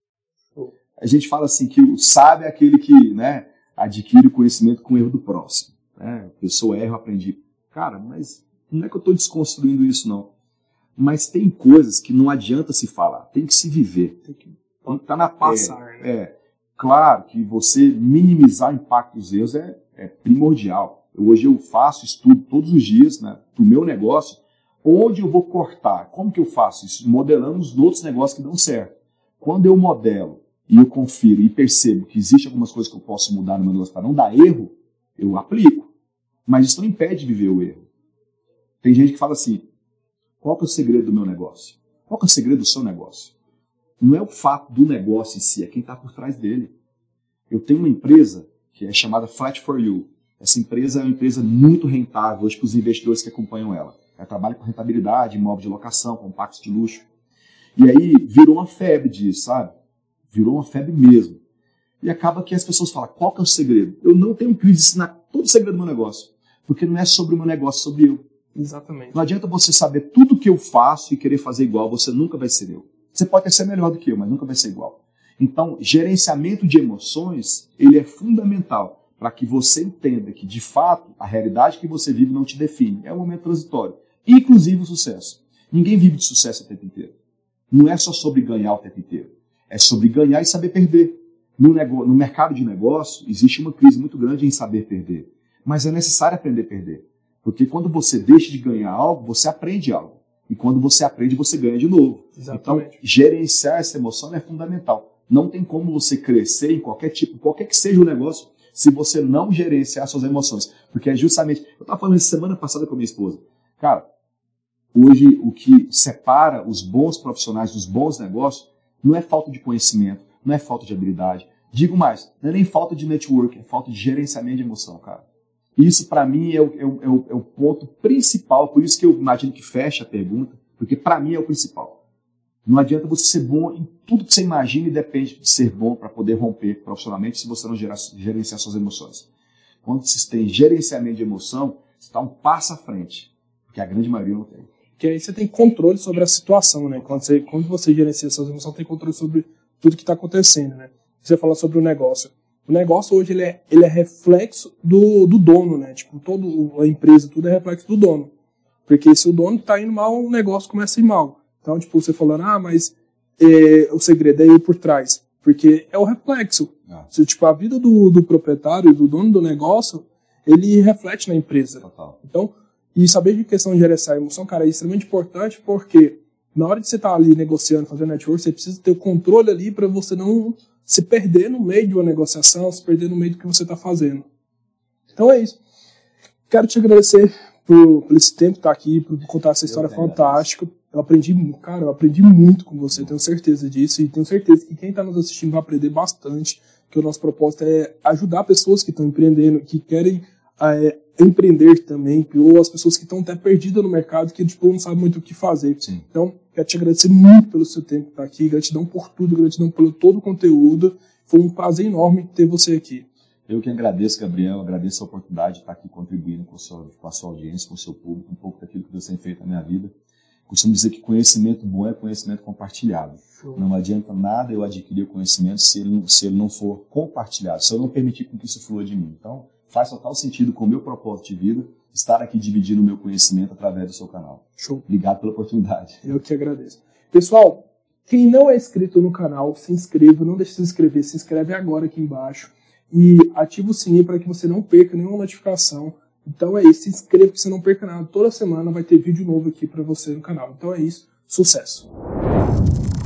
A gente fala assim que o sábio é aquele que, né, adquire o conhecimento com o erro do próximo. Né? A pessoa erra, eu aprendi. Cara, mas não é que eu estou desconstruindo isso, não. Mas tem coisas que não adianta se falar, tem que se viver. Tem que estar na passar. É, né? é, claro que você minimizar o impacto dos erros é, é primordial. Eu, hoje eu faço estudo todos os dias, né, do meu negócio, onde eu vou cortar. Como que eu faço isso? Modelando os outros negócios que dão certo. Quando eu modelo e eu confiro e percebo que existem algumas coisas que eu posso mudar no meu negócio para não dar erro, eu aplico. Mas isso não impede de viver o erro. Tem gente que fala assim, qual que é o segredo do meu negócio? Qual que é o segredo do seu negócio? Não é o fato do negócio em si, é quem está por trás dele. Eu tenho uma empresa que é chamada Flat for You. Essa empresa é uma empresa muito rentável hoje para os investidores que acompanham ela. Ela trabalha com rentabilidade, imóvel de locação, compactos de luxo. E aí virou uma febre disso, sabe? Virou uma febre mesmo. E acaba que as pessoas falam, qual que é o segredo? Eu não tenho crise de ensinar todo o segredo do meu negócio. Porque não é sobre o meu negócio, é sobre eu. Exatamente. Não adianta você saber tudo que eu faço e querer fazer igual, você nunca vai ser eu. Você pode até ser melhor do que eu, mas nunca vai ser igual. Então, gerenciamento de emoções, ele é fundamental para que você entenda que, de fato, a realidade que você vive não te define. É um momento transitório. Inclusive o sucesso. Ninguém vive de sucesso o tempo inteiro. Não é só sobre ganhar o tempo inteiro. É sobre ganhar e saber perder. No, nego... no mercado de negócio, existe uma crise muito grande em saber perder. Mas é necessário aprender a perder. Porque quando você deixa de ganhar algo, você aprende algo. E quando você aprende, você ganha de novo. Exatamente. Então, gerenciar essa emoção é fundamental. Não tem como você crescer em qualquer tipo, qualquer que seja o negócio, se você não gerenciar suas emoções. Porque é justamente... Eu estava falando isso semana passada com a minha esposa. Cara, hoje o que separa os bons profissionais dos bons negócios não é falta de conhecimento, não é falta de habilidade. Digo mais, não é nem falta de network, é falta de gerenciamento de emoção, cara. Isso, para mim, é o, é, o, é, o, é o ponto principal. Por isso que eu imagino que fecha a pergunta, porque para mim é o principal. Não adianta você ser bom em tudo que você imagina e depende de ser bom para poder romper profissionalmente se você não gerar, gerenciar suas emoções. Quando você tem gerenciamento de emoção, você está um passo à frente, porque a grande maioria não tem. Que aí você tem controle sobre a situação, né? Quando você, quando você gerencia suas emoções, você tem controle sobre tudo que está acontecendo, né? Você fala sobre o negócio. O negócio hoje ele é, ele é reflexo do, do dono, né? Tipo, toda a empresa, tudo é reflexo do dono. Porque se o dono está indo mal, o negócio começa a ir mal. Então, tipo, você falando, ah, mas é, o segredo é ir por trás. Porque é o reflexo. Ah. Se, tipo, a vida do, do proprietário, do dono do negócio, ele reflete na empresa. Total. Então, e saber de questão de gerenciar a emoção, cara, é extremamente importante porque na hora de você estar tá ali negociando, fazendo network, você precisa ter o controle ali para você não se perder no meio de uma negociação, se perder no meio do que você está fazendo. Então é isso. Quero te agradecer por, por esse tempo estar tá aqui, por contar essa história fantástica. Eu aprendi, cara, eu aprendi muito com você, tenho certeza disso, e tenho certeza que quem está nos assistindo vai aprender bastante, que o nosso propósito é ajudar pessoas que estão empreendendo, que querem é, empreender também, ou as pessoas que estão até perdidas no mercado, que tipo, não sabem muito o que fazer. Sim. Então, quero te agradecer muito pelo seu tempo estar aqui, gratidão por tudo, gratidão pelo todo o conteúdo. Foi um prazer enorme ter você aqui. Eu que agradeço, Gabriel, agradeço a oportunidade de estar aqui contribuindo com a sua, com a sua audiência, com o seu público, um pouco daquilo que você tem feito na minha vida. Costumo dizer que conhecimento bom é conhecimento compartilhado. Show. Não adianta nada eu adquirir o conhecimento se ele, se ele não for compartilhado, se eu não permitir com que isso flua de mim. Então, faz total sentido com o meu propósito de vida estar aqui dividindo o meu conhecimento através do seu canal. Show. Obrigado pela oportunidade. Eu que agradeço. Pessoal, quem não é inscrito no canal, se inscreva, não deixe de se inscrever, se inscreve agora aqui embaixo e ativa o sininho para que você não perca nenhuma notificação. Então é isso, se inscreva que você não perca nada. Toda semana vai ter vídeo novo aqui para você no canal. Então é isso, sucesso!